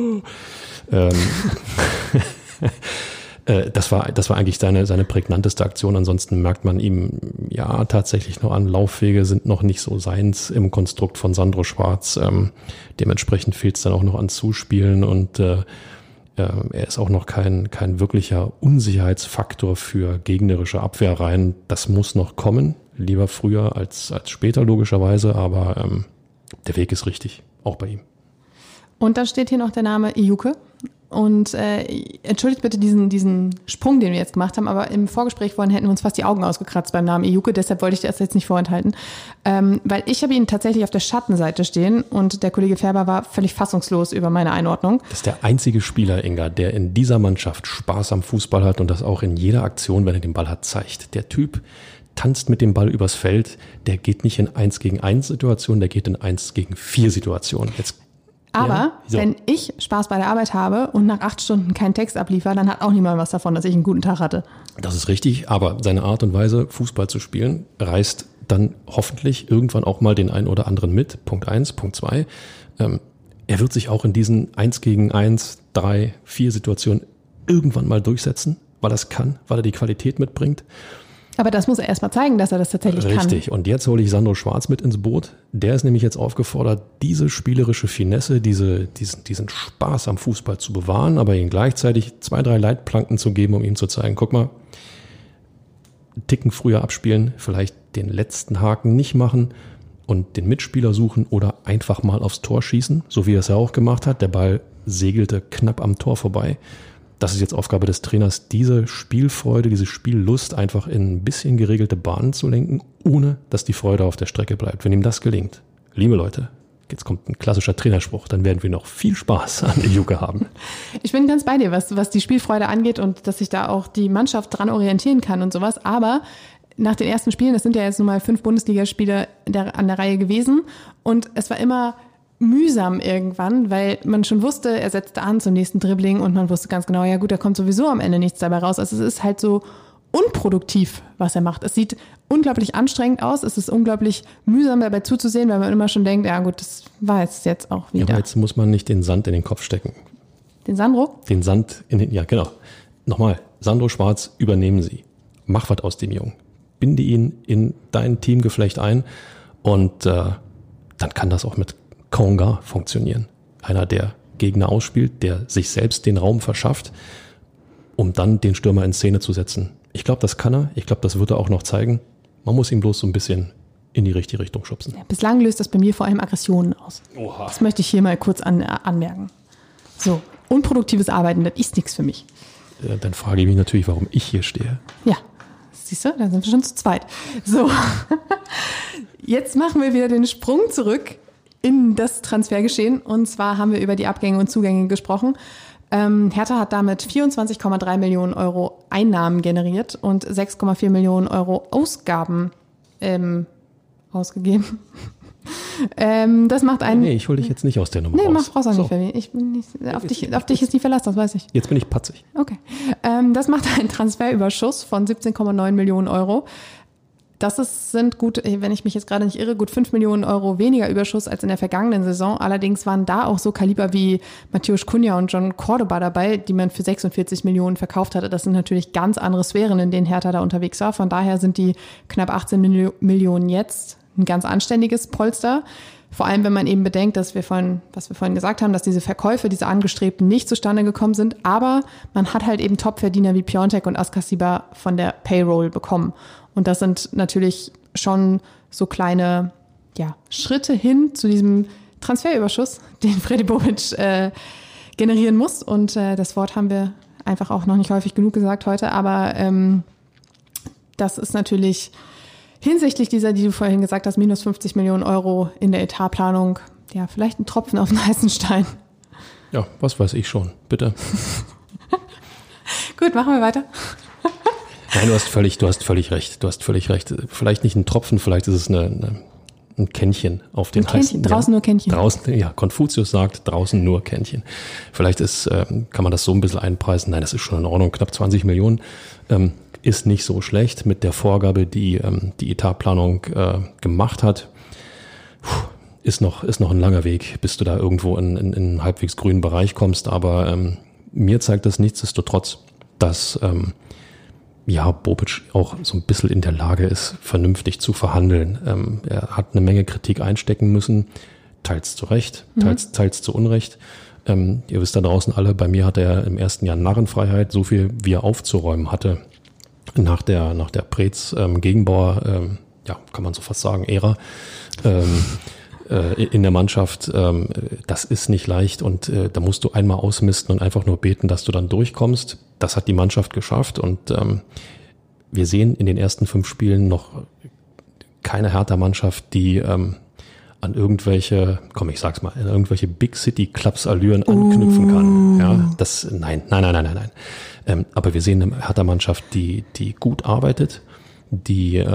Das war eigentlich seine prägnanteste Aktion. Ansonsten merkt man ihm ja tatsächlich noch an, Laufwege sind noch nicht so seins im Konstrukt von Sandro Schwarz. Dementsprechend fehlt es dann auch noch an Zuspielen und er ist auch noch kein wirklicher Unsicherheitsfaktor für gegnerische Abwehrreihen. Das muss noch kommen, lieber früher als später logischerweise, aber der Weg ist richtig, auch bei ihm. Und dann steht hier noch der Name Ejuke. Und entschuldigt bitte diesen Sprung, den wir jetzt gemacht haben, aber im Vorgespräch vorhin hätten wir uns fast die Augen ausgekratzt beim Namen Ejuke, deshalb wollte ich das jetzt nicht vorenthalten. Weil ich habe ihn tatsächlich auf der Schattenseite stehen und der Kollege Färber war völlig fassungslos über meine Einordnung. Das ist der einzige Spieler, Inga, der in dieser Mannschaft Spaß am Fußball hat und das auch in jeder Aktion, wenn er den Ball hat, zeigt. Der Typ tanzt mit dem Ball übers Feld, der geht nicht in 1-gegen-1 Situationen, der geht in 1-gegen-4 Situationen. Jetzt Aber Ja, so. wenn ich Spaß bei der Arbeit habe und nach 8 Stunden keinen Text abliefere, dann hat auch niemand was davon, dass ich einen guten Tag hatte. Das ist richtig, aber seine Art und Weise, Fußball zu spielen, reißt dann hoffentlich irgendwann auch mal den einen oder anderen mit. Punkt 1, Punkt 2. Er wird sich auch in diesen 1 gegen 1, 3, 4 Situationen irgendwann mal durchsetzen, weil er es kann, weil er die Qualität mitbringt. Aber das muss er erstmal zeigen, dass er das tatsächlich kann. Richtig. Und jetzt hole ich Sandro Schwarz mit ins Boot. Der ist nämlich jetzt aufgefordert, diese spielerische Finesse, diesen Spaß am Fußball zu bewahren, aber ihm gleichzeitig 2, 3 Leitplanken zu geben, um ihm zu zeigen, guck mal, einen Ticken früher abspielen, vielleicht den letzten Haken nicht machen und den Mitspieler suchen oder einfach mal aufs Tor schießen, so wie er es ja auch gemacht hat. Der Ball segelte knapp am Tor vorbei. Das ist jetzt Aufgabe des Trainers, diese Spielfreude, diese Spiellust einfach in ein bisschen geregelte Bahnen zu lenken, ohne dass die Freude auf der Strecke bleibt. Wenn ihm das gelingt, liebe Leute, jetzt kommt ein klassischer Trainerspruch, dann werden wir noch viel Spaß an der Juke haben. Ich bin ganz bei dir, was die Spielfreude angeht und dass sich da auch die Mannschaft dran orientieren kann und sowas. Aber nach den ersten Spielen, das sind ja jetzt nun mal 5 Bundesligaspiele an der Reihe gewesen und es war immer mühsam irgendwann, weil man schon wusste, er setzte an zum nächsten Dribbling und man wusste ganz genau, ja gut, da kommt sowieso am Ende nichts dabei raus. Also es ist halt so unproduktiv, was er macht. Es sieht unglaublich anstrengend aus, es ist unglaublich mühsam dabei zuzusehen, weil man immer schon denkt, ja gut, das war jetzt auch wieder. Ja, aber jetzt muss man nicht den Sand in den Kopf stecken. Den Sandro? Den Sand in den, ja genau. Nochmal, Sandro Schwarz, übernehmen Sie. Mach was aus dem Jungen. Binde ihn in dein Teamgeflecht ein und dann kann das auch mit Konga funktionieren. Einer, der Gegner ausspielt, der sich selbst den Raum verschafft, um dann den Stürmer in Szene zu setzen. Ich glaube, das kann er. Ich glaube, das wird er auch noch zeigen. Man muss ihn bloß so ein bisschen in die richtige Richtung schubsen. Ja, bislang löst das bei mir vor allem Aggressionen aus. Oha. Das möchte ich hier mal kurz anmerken. So, unproduktives Arbeiten, das ist nichts für mich. Dann frage ich mich natürlich, warum ich hier stehe. Ja, siehst du, dann sind wir schon zu zweit. So, jetzt machen wir wieder den Sprung zurück in das Transfergeschehen. Und zwar haben wir über die Abgänge und Zugänge gesprochen. Hertha hat damit 24,3 Millionen Euro Einnahmen generiert und 6,4 Millionen Euro Ausgaben ausgegeben. Das macht einen... Nee, ich hole dich jetzt nicht aus der Nummer raus. Brauchst du auch nicht, Fabi. Ich bin nicht, auf dich ist nie Verlass, das weiß ich. Jetzt bin ich patzig. Okay. Das macht einen Transferüberschuss von 17,9 Millionen Euro. Sind gut, wenn ich mich jetzt gerade nicht irre, gut 5 Millionen Euro weniger Überschuss als in der vergangenen Saison. Allerdings waren da auch so Kaliber wie Matthäus Cunha und John Cordoba dabei, die man für 46 Millionen verkauft hatte. Das sind natürlich ganz andere Sphären, in denen Hertha da unterwegs war. Von daher sind die knapp 18 Millionen jetzt ein ganz anständiges Polster. Vor allem, wenn man eben bedenkt, was wir vorhin gesagt haben, dass diese Verkäufe, diese angestrebten, nicht zustande gekommen sind. Aber man hat halt eben Topverdiener wie Piontek und Askasiba von der Payroll bekommen. Und das sind natürlich schon so kleine Schritte hin zu diesem Transferüberschuss, den Fredi Bobic generieren muss. Und das Wort haben wir einfach auch noch nicht häufig genug gesagt heute. Aber das ist natürlich hinsichtlich dieser, die du vorhin gesagt hast, minus 50 Millionen Euro in der Etatplanung, ja, vielleicht ein Tropfen auf den heißen Stein. Ja, was weiß ich schon. Bitte. Gut, machen wir weiter. Nein, du hast völlig recht. Vielleicht nicht ein Tropfen, vielleicht ist es ein Kännchen auf den heißen. Draußen nur Kännchen. Draußen, ja, Konfuzius sagt, draußen nur Kännchen. Vielleicht kann man das so ein bisschen einpreisen. Nein, das ist schon in Ordnung. Knapp 20 Millionen ist nicht so schlecht mit der Vorgabe, die die Etatplanung gemacht hat. Ist noch ein langer Weg, bis du da irgendwo in einen halbwegs grünen Bereich kommst. Aber mir zeigt das nichtsdestotrotz, dass Bobic auch so ein bisschen in der Lage ist, vernünftig zu verhandeln. Er hat eine Menge Kritik einstecken müssen, teils zu Recht, teils zu Unrecht. Ihr wisst da draußen alle, bei mir hat er im ersten Jahr Narrenfreiheit, so viel wie er aufzuräumen hatte. Nach der Preetz Gegenbauer, kann man so fast sagen, Ära in der Mannschaft, das ist nicht leicht und da musst du einmal ausmisten und einfach nur beten, dass du dann durchkommst. Das hat die Mannschaft geschafft und wir sehen in den ersten 5 Spielen noch keine Hertha-Mannschaft, die an irgendwelche Big City Clubs Allüren anknüpfen kann. Ja, nein. Aber wir sehen eine Hertha-Mannschaft, die gut arbeitet, die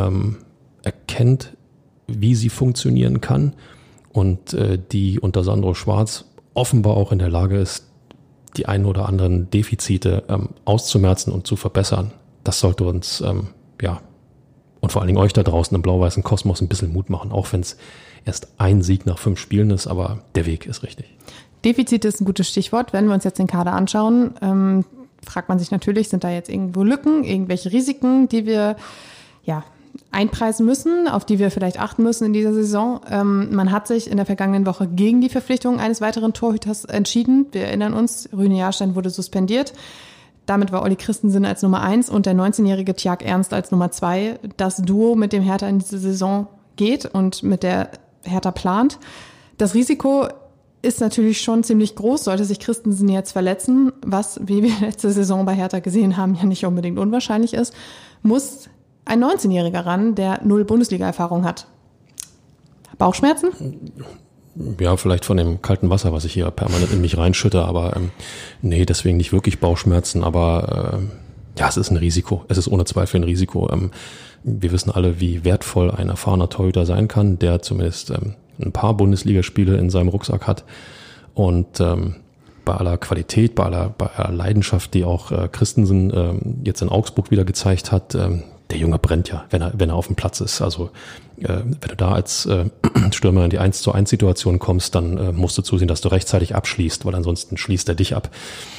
erkennt, wie sie funktionieren kann und die unter Sandro Schwarz offenbar auch in der Lage ist, die einen oder anderen Defizite auszumerzen und zu verbessern. Das sollte uns, und vor allen Dingen euch da draußen im blau-weißen Kosmos ein bisschen Mut machen, auch wenn es erst ein Sieg nach 5 Spielen ist, aber der Weg ist richtig. Defizite ist ein gutes Stichwort. Wenn wir uns jetzt den Kader anschauen, fragt man sich natürlich, sind da jetzt irgendwo Lücken, irgendwelche Risiken, die wir einpreisen müssen, auf die wir vielleicht achten müssen in dieser Saison. Man hat sich in der vergangenen Woche gegen die Verpflichtung eines weiteren Torhüters entschieden. Wir erinnern uns, Rüne Jahrstein wurde suspendiert. Damit war Olli Christensen als Nummer 1 und der 19-jährige Tjag Ernst als Nummer 2 das Duo, mit dem Hertha in diese Saison geht und mit der Hertha plant. Das Risiko ist natürlich schon ziemlich groß, sollte sich Christensen jetzt verletzen, was, wie wir letzte Saison bei Hertha gesehen haben, ja nicht unbedingt unwahrscheinlich ist, muss ein 19-Jähriger ran, der 0 Bundesliga-Erfahrung hat. Bauchschmerzen? Ja, vielleicht von dem kalten Wasser, was ich hier permanent in mich reinschütte, aber nee, deswegen nicht wirklich Bauchschmerzen, aber es ist ein Risiko. Es ist ohne Zweifel ein Risiko. Wir wissen alle, wie wertvoll ein erfahrener Torhüter sein kann, der zumindest ein paar Bundesligaspiele in seinem Rucksack hat. Und bei aller Qualität, bei aller Leidenschaft, die auch Christensen jetzt in Augsburg wieder gezeigt hat, der Junge brennt ja, wenn er auf dem Platz ist. Also wenn du da als Stürmer in die 1-zu-1-Situation kommst, dann musst du zusehen, dass du rechtzeitig abschließt, weil ansonsten schließt er dich ab.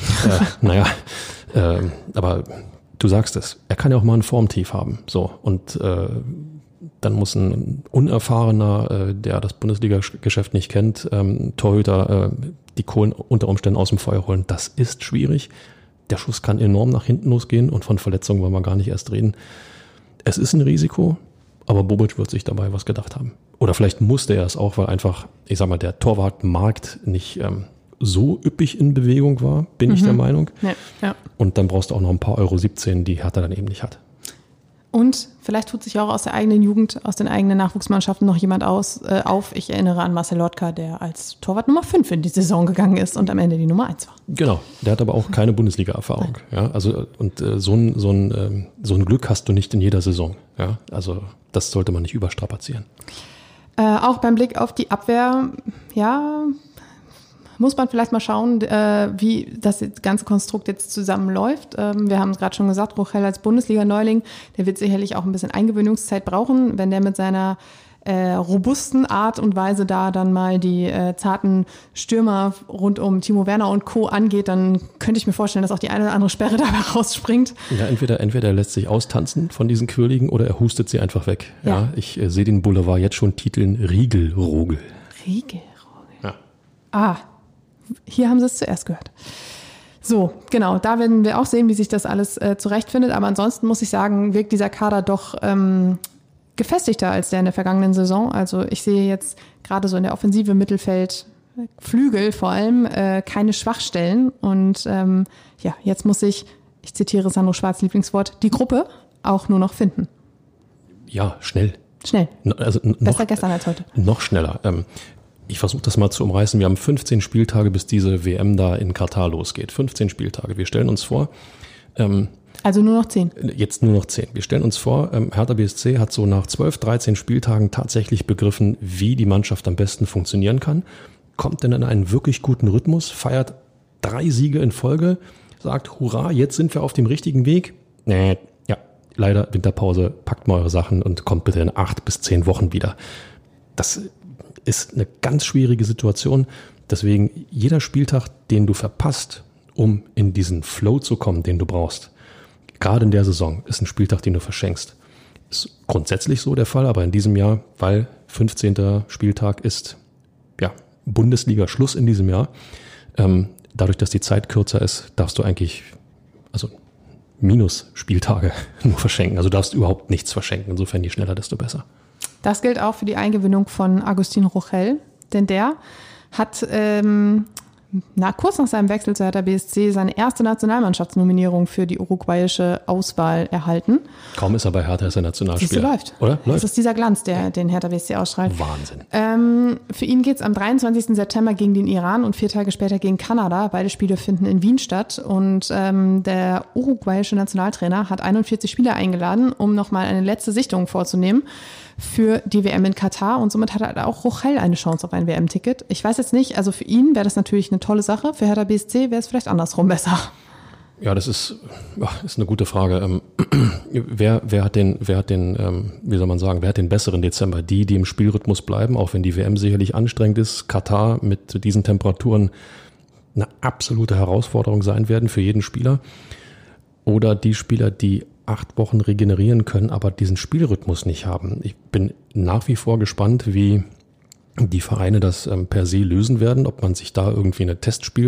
Aber du sagst es, er kann ja auch mal ein Formtief haben. So, und dann muss ein Unerfahrener, der das Bundesliga-Geschäft nicht kennt, Torhüter die Kohlen unter Umständen aus dem Feuer holen. Das ist schwierig. Der Schuss kann enorm nach hinten losgehen und von Verletzungen wollen wir gar nicht erst reden. Es ist ein Risiko, aber Bobic wird sich dabei was gedacht haben. Oder vielleicht musste er es auch, weil einfach, ich sag mal, der Torwartmarkt nicht so üppig in Bewegung war, bin ich der Meinung. Ja. Und dann brauchst du auch noch ein paar Euro 17, die Hertha dann eben nicht hat. Und vielleicht tut sich auch aus der eigenen Jugend, aus den eigenen Nachwuchsmannschaften noch jemand auf. Ich erinnere an Marcel Lotka, der als Torwart Nummer 5 in die Saison gegangen ist und am Ende die Nummer 1 war. Genau, der hat aber auch keine Bundesliga-Erfahrung. Ja, also und so ein Glück hast du nicht in jeder Saison. Ja, also das sollte man nicht überstrapazieren. Auch beim Blick auf die Abwehr, muss man vielleicht mal schauen, wie das ganze Konstrukt jetzt zusammenläuft. Wir haben es gerade schon gesagt, Rochel als Bundesliga-Neuling, der wird sicherlich auch ein bisschen Eingewöhnungszeit brauchen, wenn der mit seiner robusten Art und Weise da dann mal die zarten Stürmer rund um Timo Werner und Co. angeht, dann könnte ich mir vorstellen, dass auch die eine oder andere Sperre dabei rausspringt. Ja, entweder er lässt sich austanzen von diesen Quirligen oder er hustet sie einfach weg. Ja, ich sehe den Boulevard jetzt schon titeln Riegelrogel. Riegelrogel? Ja. Hier haben Sie es zuerst gehört. So, genau, da werden wir auch sehen, wie sich das alles zurechtfindet. Aber ansonsten muss ich sagen, wirkt dieser Kader doch gefestigter als der in der vergangenen Saison. Also ich sehe jetzt gerade so in der Offensive, Mittelfeld, Flügel vor allem, keine Schwachstellen. Und jetzt muss ich zitiere Sandro Schwarz Lieblingswort, die Gruppe auch nur noch finden. Ja, schnell. Also besser gestern als heute. Noch schneller. Ich versuche das mal zu umreißen. Wir haben 15 Spieltage, bis diese WM da in Katar losgeht. 15 Spieltage. Wir stellen uns vor. Also nur noch 10? Jetzt nur noch 10. Wir stellen uns vor, Hertha BSC hat so nach 12, 13 Spieltagen tatsächlich begriffen, wie die Mannschaft am besten funktionieren kann. Kommt dann in einen wirklich guten Rhythmus, feiert 3 Siege in Folge, sagt, hurra, jetzt sind wir auf dem richtigen Weg. Leider Winterpause, packt mal eure Sachen und kommt bitte in 8 bis 10 Wochen wieder. Das ist eine ganz schwierige Situation. Deswegen jeder Spieltag, den du verpasst, um in diesen Flow zu kommen, den du brauchst, gerade in der Saison, ist ein Spieltag, den du verschenkst. Ist grundsätzlich so der Fall, aber in diesem Jahr, weil 15. Spieltag ist Bundesliga-Schluss in diesem Jahr. Dadurch, dass die Zeit kürzer ist, darfst du eigentlich Minus-Spieltage nur verschenken. Also darfst überhaupt nichts verschenken. Insofern je schneller, desto besser. Das gilt auch für die Eingewöhnung von Agustin Rochel, denn der hat kurz nach seinem Wechsel zu Hertha BSC seine erste Nationalmannschaftsnominierung für die uruguayische Auswahl erhalten. Kaum ist er bei Hertha, ist er Nationalspieler. Läuft. Oder? Das ist dieser Glanz, den Hertha BSC ausstrahlt. Wahnsinn. Für ihn geht es am 23. September gegen den Iran und 4 Tage später gegen Kanada. Beide Spiele finden in Wien statt. Und der uruguayische Nationaltrainer hat 41 Spieler eingeladen, um nochmal eine letzte Sichtung vorzunehmen für die WM in Katar. Und somit hat halt auch Rochel eine Chance auf ein WM-Ticket. Ich weiß jetzt nicht, also für ihn wäre das natürlich eine tolle Sache. Für Hertha BSC wäre es vielleicht andersrum besser. Ja, das ist eine gute Frage. Wer hat den besseren Dezember? Die im Spielrhythmus bleiben, auch wenn die WM sicherlich anstrengend ist. Katar mit diesen Temperaturen eine absolute Herausforderung sein werden für jeden Spieler. Oder die Spieler, die 8 Wochen regenerieren können, aber diesen Spielrhythmus nicht haben. Ich bin nach wie vor gespannt, wie die Vereine das per se lösen werden, ob man sich da irgendwie eine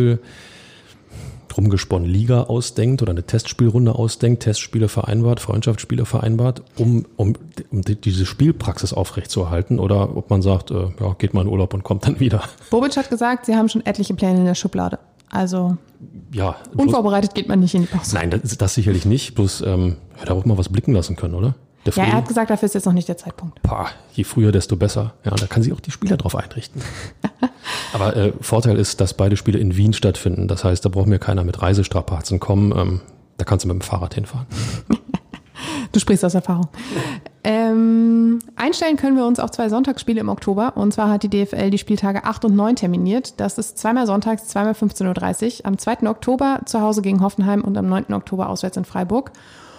rumgesponnen Liga ausdenkt oder eine Testspielrunde ausdenkt, Testspiele vereinbart, Freundschaftsspiele vereinbart, um diese Spielpraxis aufrechtzuerhalten, oder ob man sagt, geht mal in Urlaub und kommt dann wieder. Bobic hat gesagt, sie haben schon etliche Pläne in der Schublade. Also ja, unvorbereitet geht man nicht in die Pause. Nein, das sicherlich nicht. Bloß hätte auch mal was blicken lassen können, oder? Ja, er hat gesagt, dafür ist jetzt noch nicht der Zeitpunkt. Je früher, desto besser. Ja, da kann sich auch die Spieler drauf einrichten. Aber Vorteil ist, dass beide Spiele in Wien stattfinden. Das heißt, da braucht mir keiner mit Reisestrapazen kommen. Da kannst du mit dem Fahrrad hinfahren. Du sprichst aus Erfahrung. Einstellen können wir uns auf 2 Sonntagsspiele im Oktober. Und zwar hat die DFL die Spieltage 8 und 9 terminiert. Das ist zweimal sonntags, zweimal 15.30 Uhr. Am 2. Oktober zu Hause gegen Hoffenheim und am 9. Oktober auswärts in Freiburg.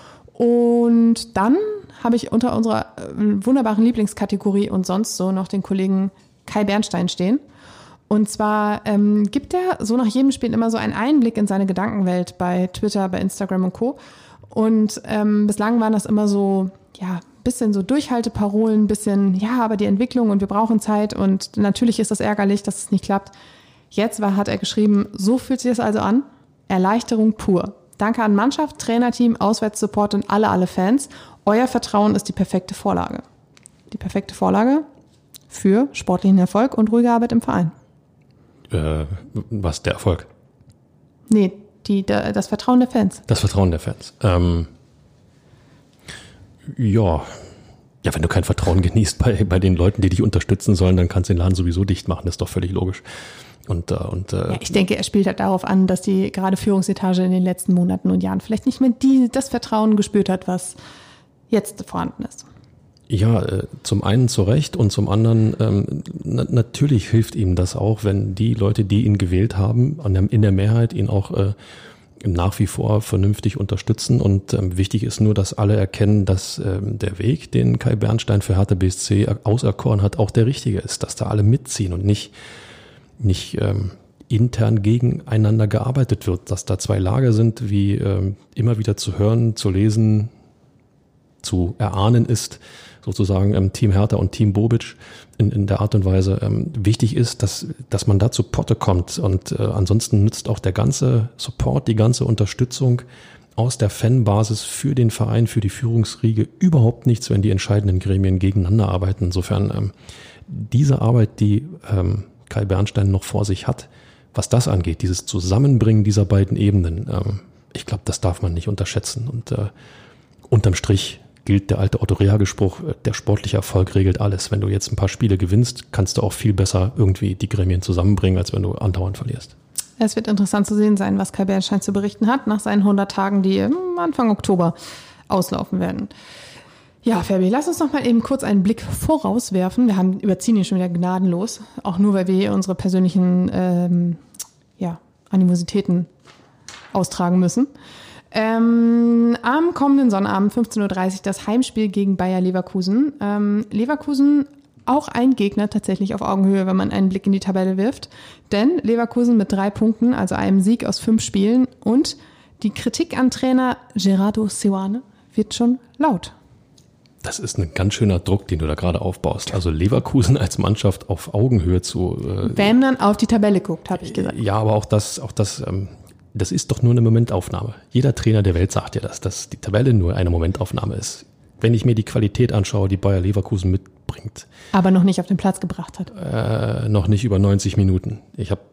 Und dann habe ich unter unserer wunderbaren Lieblingskategorie und sonst so noch den Kollegen Kai Bernstein stehen. Und zwar gibt er so nach jedem Spiel immer so einen Einblick in seine Gedankenwelt bei Twitter, bei Instagram und Co. Und bislang waren das immer so, bisschen so Durchhalteparolen, bisschen, aber die Entwicklung und wir brauchen Zeit und natürlich ist das ärgerlich, dass es nicht klappt. Jetzt hat er geschrieben, so fühlt sich das also an, Erleichterung pur. Danke an Mannschaft, Trainerteam, Auswärtssupport und alle Fans. Euer Vertrauen ist die perfekte Vorlage. Die perfekte Vorlage für sportlichen Erfolg und ruhige Arbeit im Verein. Was, der Erfolg? Nee, das Vertrauen der Fans. Das Vertrauen der Fans. Ja, wenn du kein Vertrauen genießt bei den Leuten, die dich unterstützen sollen, dann kannst du den Laden sowieso dicht machen. Das ist doch völlig logisch. Ich denke, er spielt halt darauf an, dass die gerade Führungsetage in den letzten Monaten und Jahren vielleicht nicht mehr das Vertrauen gespürt hat, was jetzt vorhanden ist. Ja, zum einen zu Recht und zum anderen natürlich hilft ihm das auch, wenn die Leute, die ihn gewählt haben, in der Mehrheit ihn auch nach wie vor vernünftig unterstützen. Und wichtig ist nur, dass alle erkennen, dass der Weg, den Kai Bernstein für Hertha BSC auserkoren hat, auch der richtige ist, dass da alle mitziehen und nicht intern gegeneinander gearbeitet wird, dass da 2 Lager sind, wie immer wieder zu hören, zu lesen, zu erahnen ist, sozusagen Team Hertha und Team Bobic in der Art und Weise. Wichtig ist, dass man da zu Potte kommt und ansonsten nützt auch der ganze Support, die ganze Unterstützung aus der Fanbasis für den Verein, für die Führungsriege überhaupt nichts, wenn die entscheidenden Gremien gegeneinander arbeiten. Insofern diese Arbeit, die Kai Bernstein noch vor sich hat, was das angeht, dieses Zusammenbringen dieser beiden Ebenen, ich glaube, das darf man nicht unterschätzen. Und unterm Strich gilt der alte Otto-Rehhagel-Spruch, der sportliche Erfolg regelt alles. Wenn du jetzt ein paar Spiele gewinnst, kannst du auch viel besser irgendwie die Gremien zusammenbringen, als wenn du andauernd verlierst. Es wird interessant zu sehen sein, was Kai Bernstein zu berichten hat nach seinen 100 Tagen, die Anfang Oktober auslaufen werden. Ja, Fabi, lass uns noch mal eben kurz einen Blick vorauswerfen. Wir überziehen hier schon wieder gnadenlos, auch nur, weil wir hier unsere persönlichen Animositäten austragen müssen. Am kommenden Sonnabend 15.30 Uhr das Heimspiel gegen Bayer Leverkusen. Leverkusen auch ein Gegner tatsächlich auf Augenhöhe, wenn man einen Blick in die Tabelle wirft. Denn Leverkusen mit 3 Punkten, also einem Sieg aus 5 Spielen. Und die Kritik an Trainer Gerardo Seoane wird schon laut. Das ist ein ganz schöner Druck, den du da gerade aufbaust. Also Leverkusen als Mannschaft auf Augenhöhe zu... wenn man auf die Tabelle guckt, habe ich gesagt. Ja, aber auch das ist doch nur eine Momentaufnahme. Jeder Trainer der Welt sagt ja dass die Tabelle nur eine Momentaufnahme ist. Wenn ich mir die Qualität anschaue, die Bayer Leverkusen mitbringt. Aber noch nicht auf den Platz gebracht hat. Noch nicht über 90 Minuten. Ich habe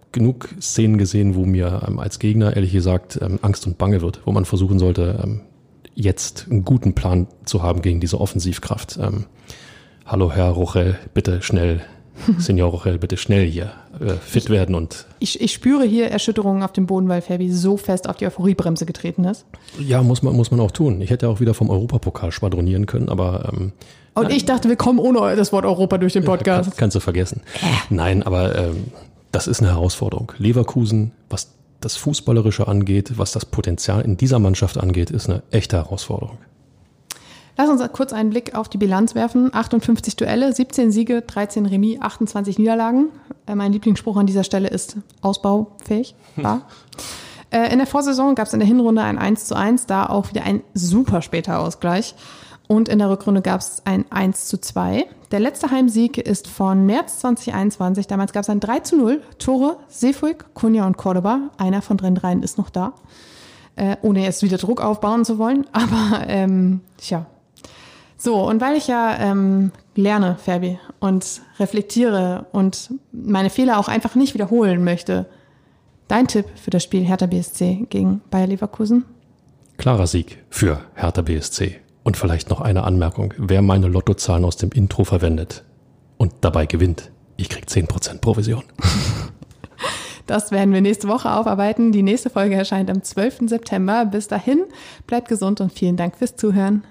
genug Szenen gesehen, wo mir als Gegner, ehrlich gesagt, Angst und Bange wird, wo man versuchen sollte, jetzt einen guten Plan zu haben gegen diese Offensivkraft. Hallo Herr Rochel, bitte schnell, Senior Rochel, bitte schnell hier fit werden. Und ich spüre hier Erschütterungen auf dem Boden, weil Ferbi so fest auf die Euphoriebremse getreten ist. Ja, muss man auch tun. Ich hätte auch wieder vom Europapokal schwadronieren können, aber... und ich dachte, wir kommen ohne das Wort Europa durch den Podcast. Kannst du vergessen. Nein, aber das ist eine Herausforderung. Leverkusen, was das Fußballerische angeht, was das Potenzial in dieser Mannschaft angeht, ist eine echte Herausforderung. Lass uns kurz einen Blick auf die Bilanz werfen. 58 Duelle, 17 Siege, 13 Remis, 28 Niederlagen. Mein Lieblingsspruch an dieser Stelle ist ausbaufähig. In der Vorsaison gab es in der Hinrunde ein 1:1, da auch wieder ein super später Ausgleich. Und in der Rückrunde gab es ein 1:2. Der letzte Heimsieg ist von März 2021. Damals gab es ein 3:0. Tore, Seefuig, Cunha und Cordoba. Einer von den dreien ist noch da. Ohne jetzt wieder Druck aufbauen zu wollen. Aber, tja. So, und weil ich ja lerne, Ferbi, und reflektiere und meine Fehler auch einfach nicht wiederholen möchte, dein Tipp für das Spiel Hertha BSC gegen Bayer Leverkusen? Klarer Sieg für Hertha BSC. Und vielleicht noch eine Anmerkung, wer meine Lottozahlen aus dem Intro verwendet und dabei gewinnt, ich krieg 10% Provision. Das werden wir nächste Woche aufarbeiten. Die nächste Folge erscheint am 12. September. Bis dahin, bleibt gesund und vielen Dank fürs Zuhören.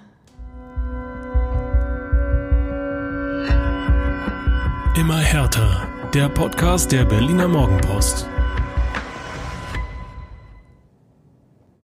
Immer härter. Der Podcast der Berliner Morgenpost.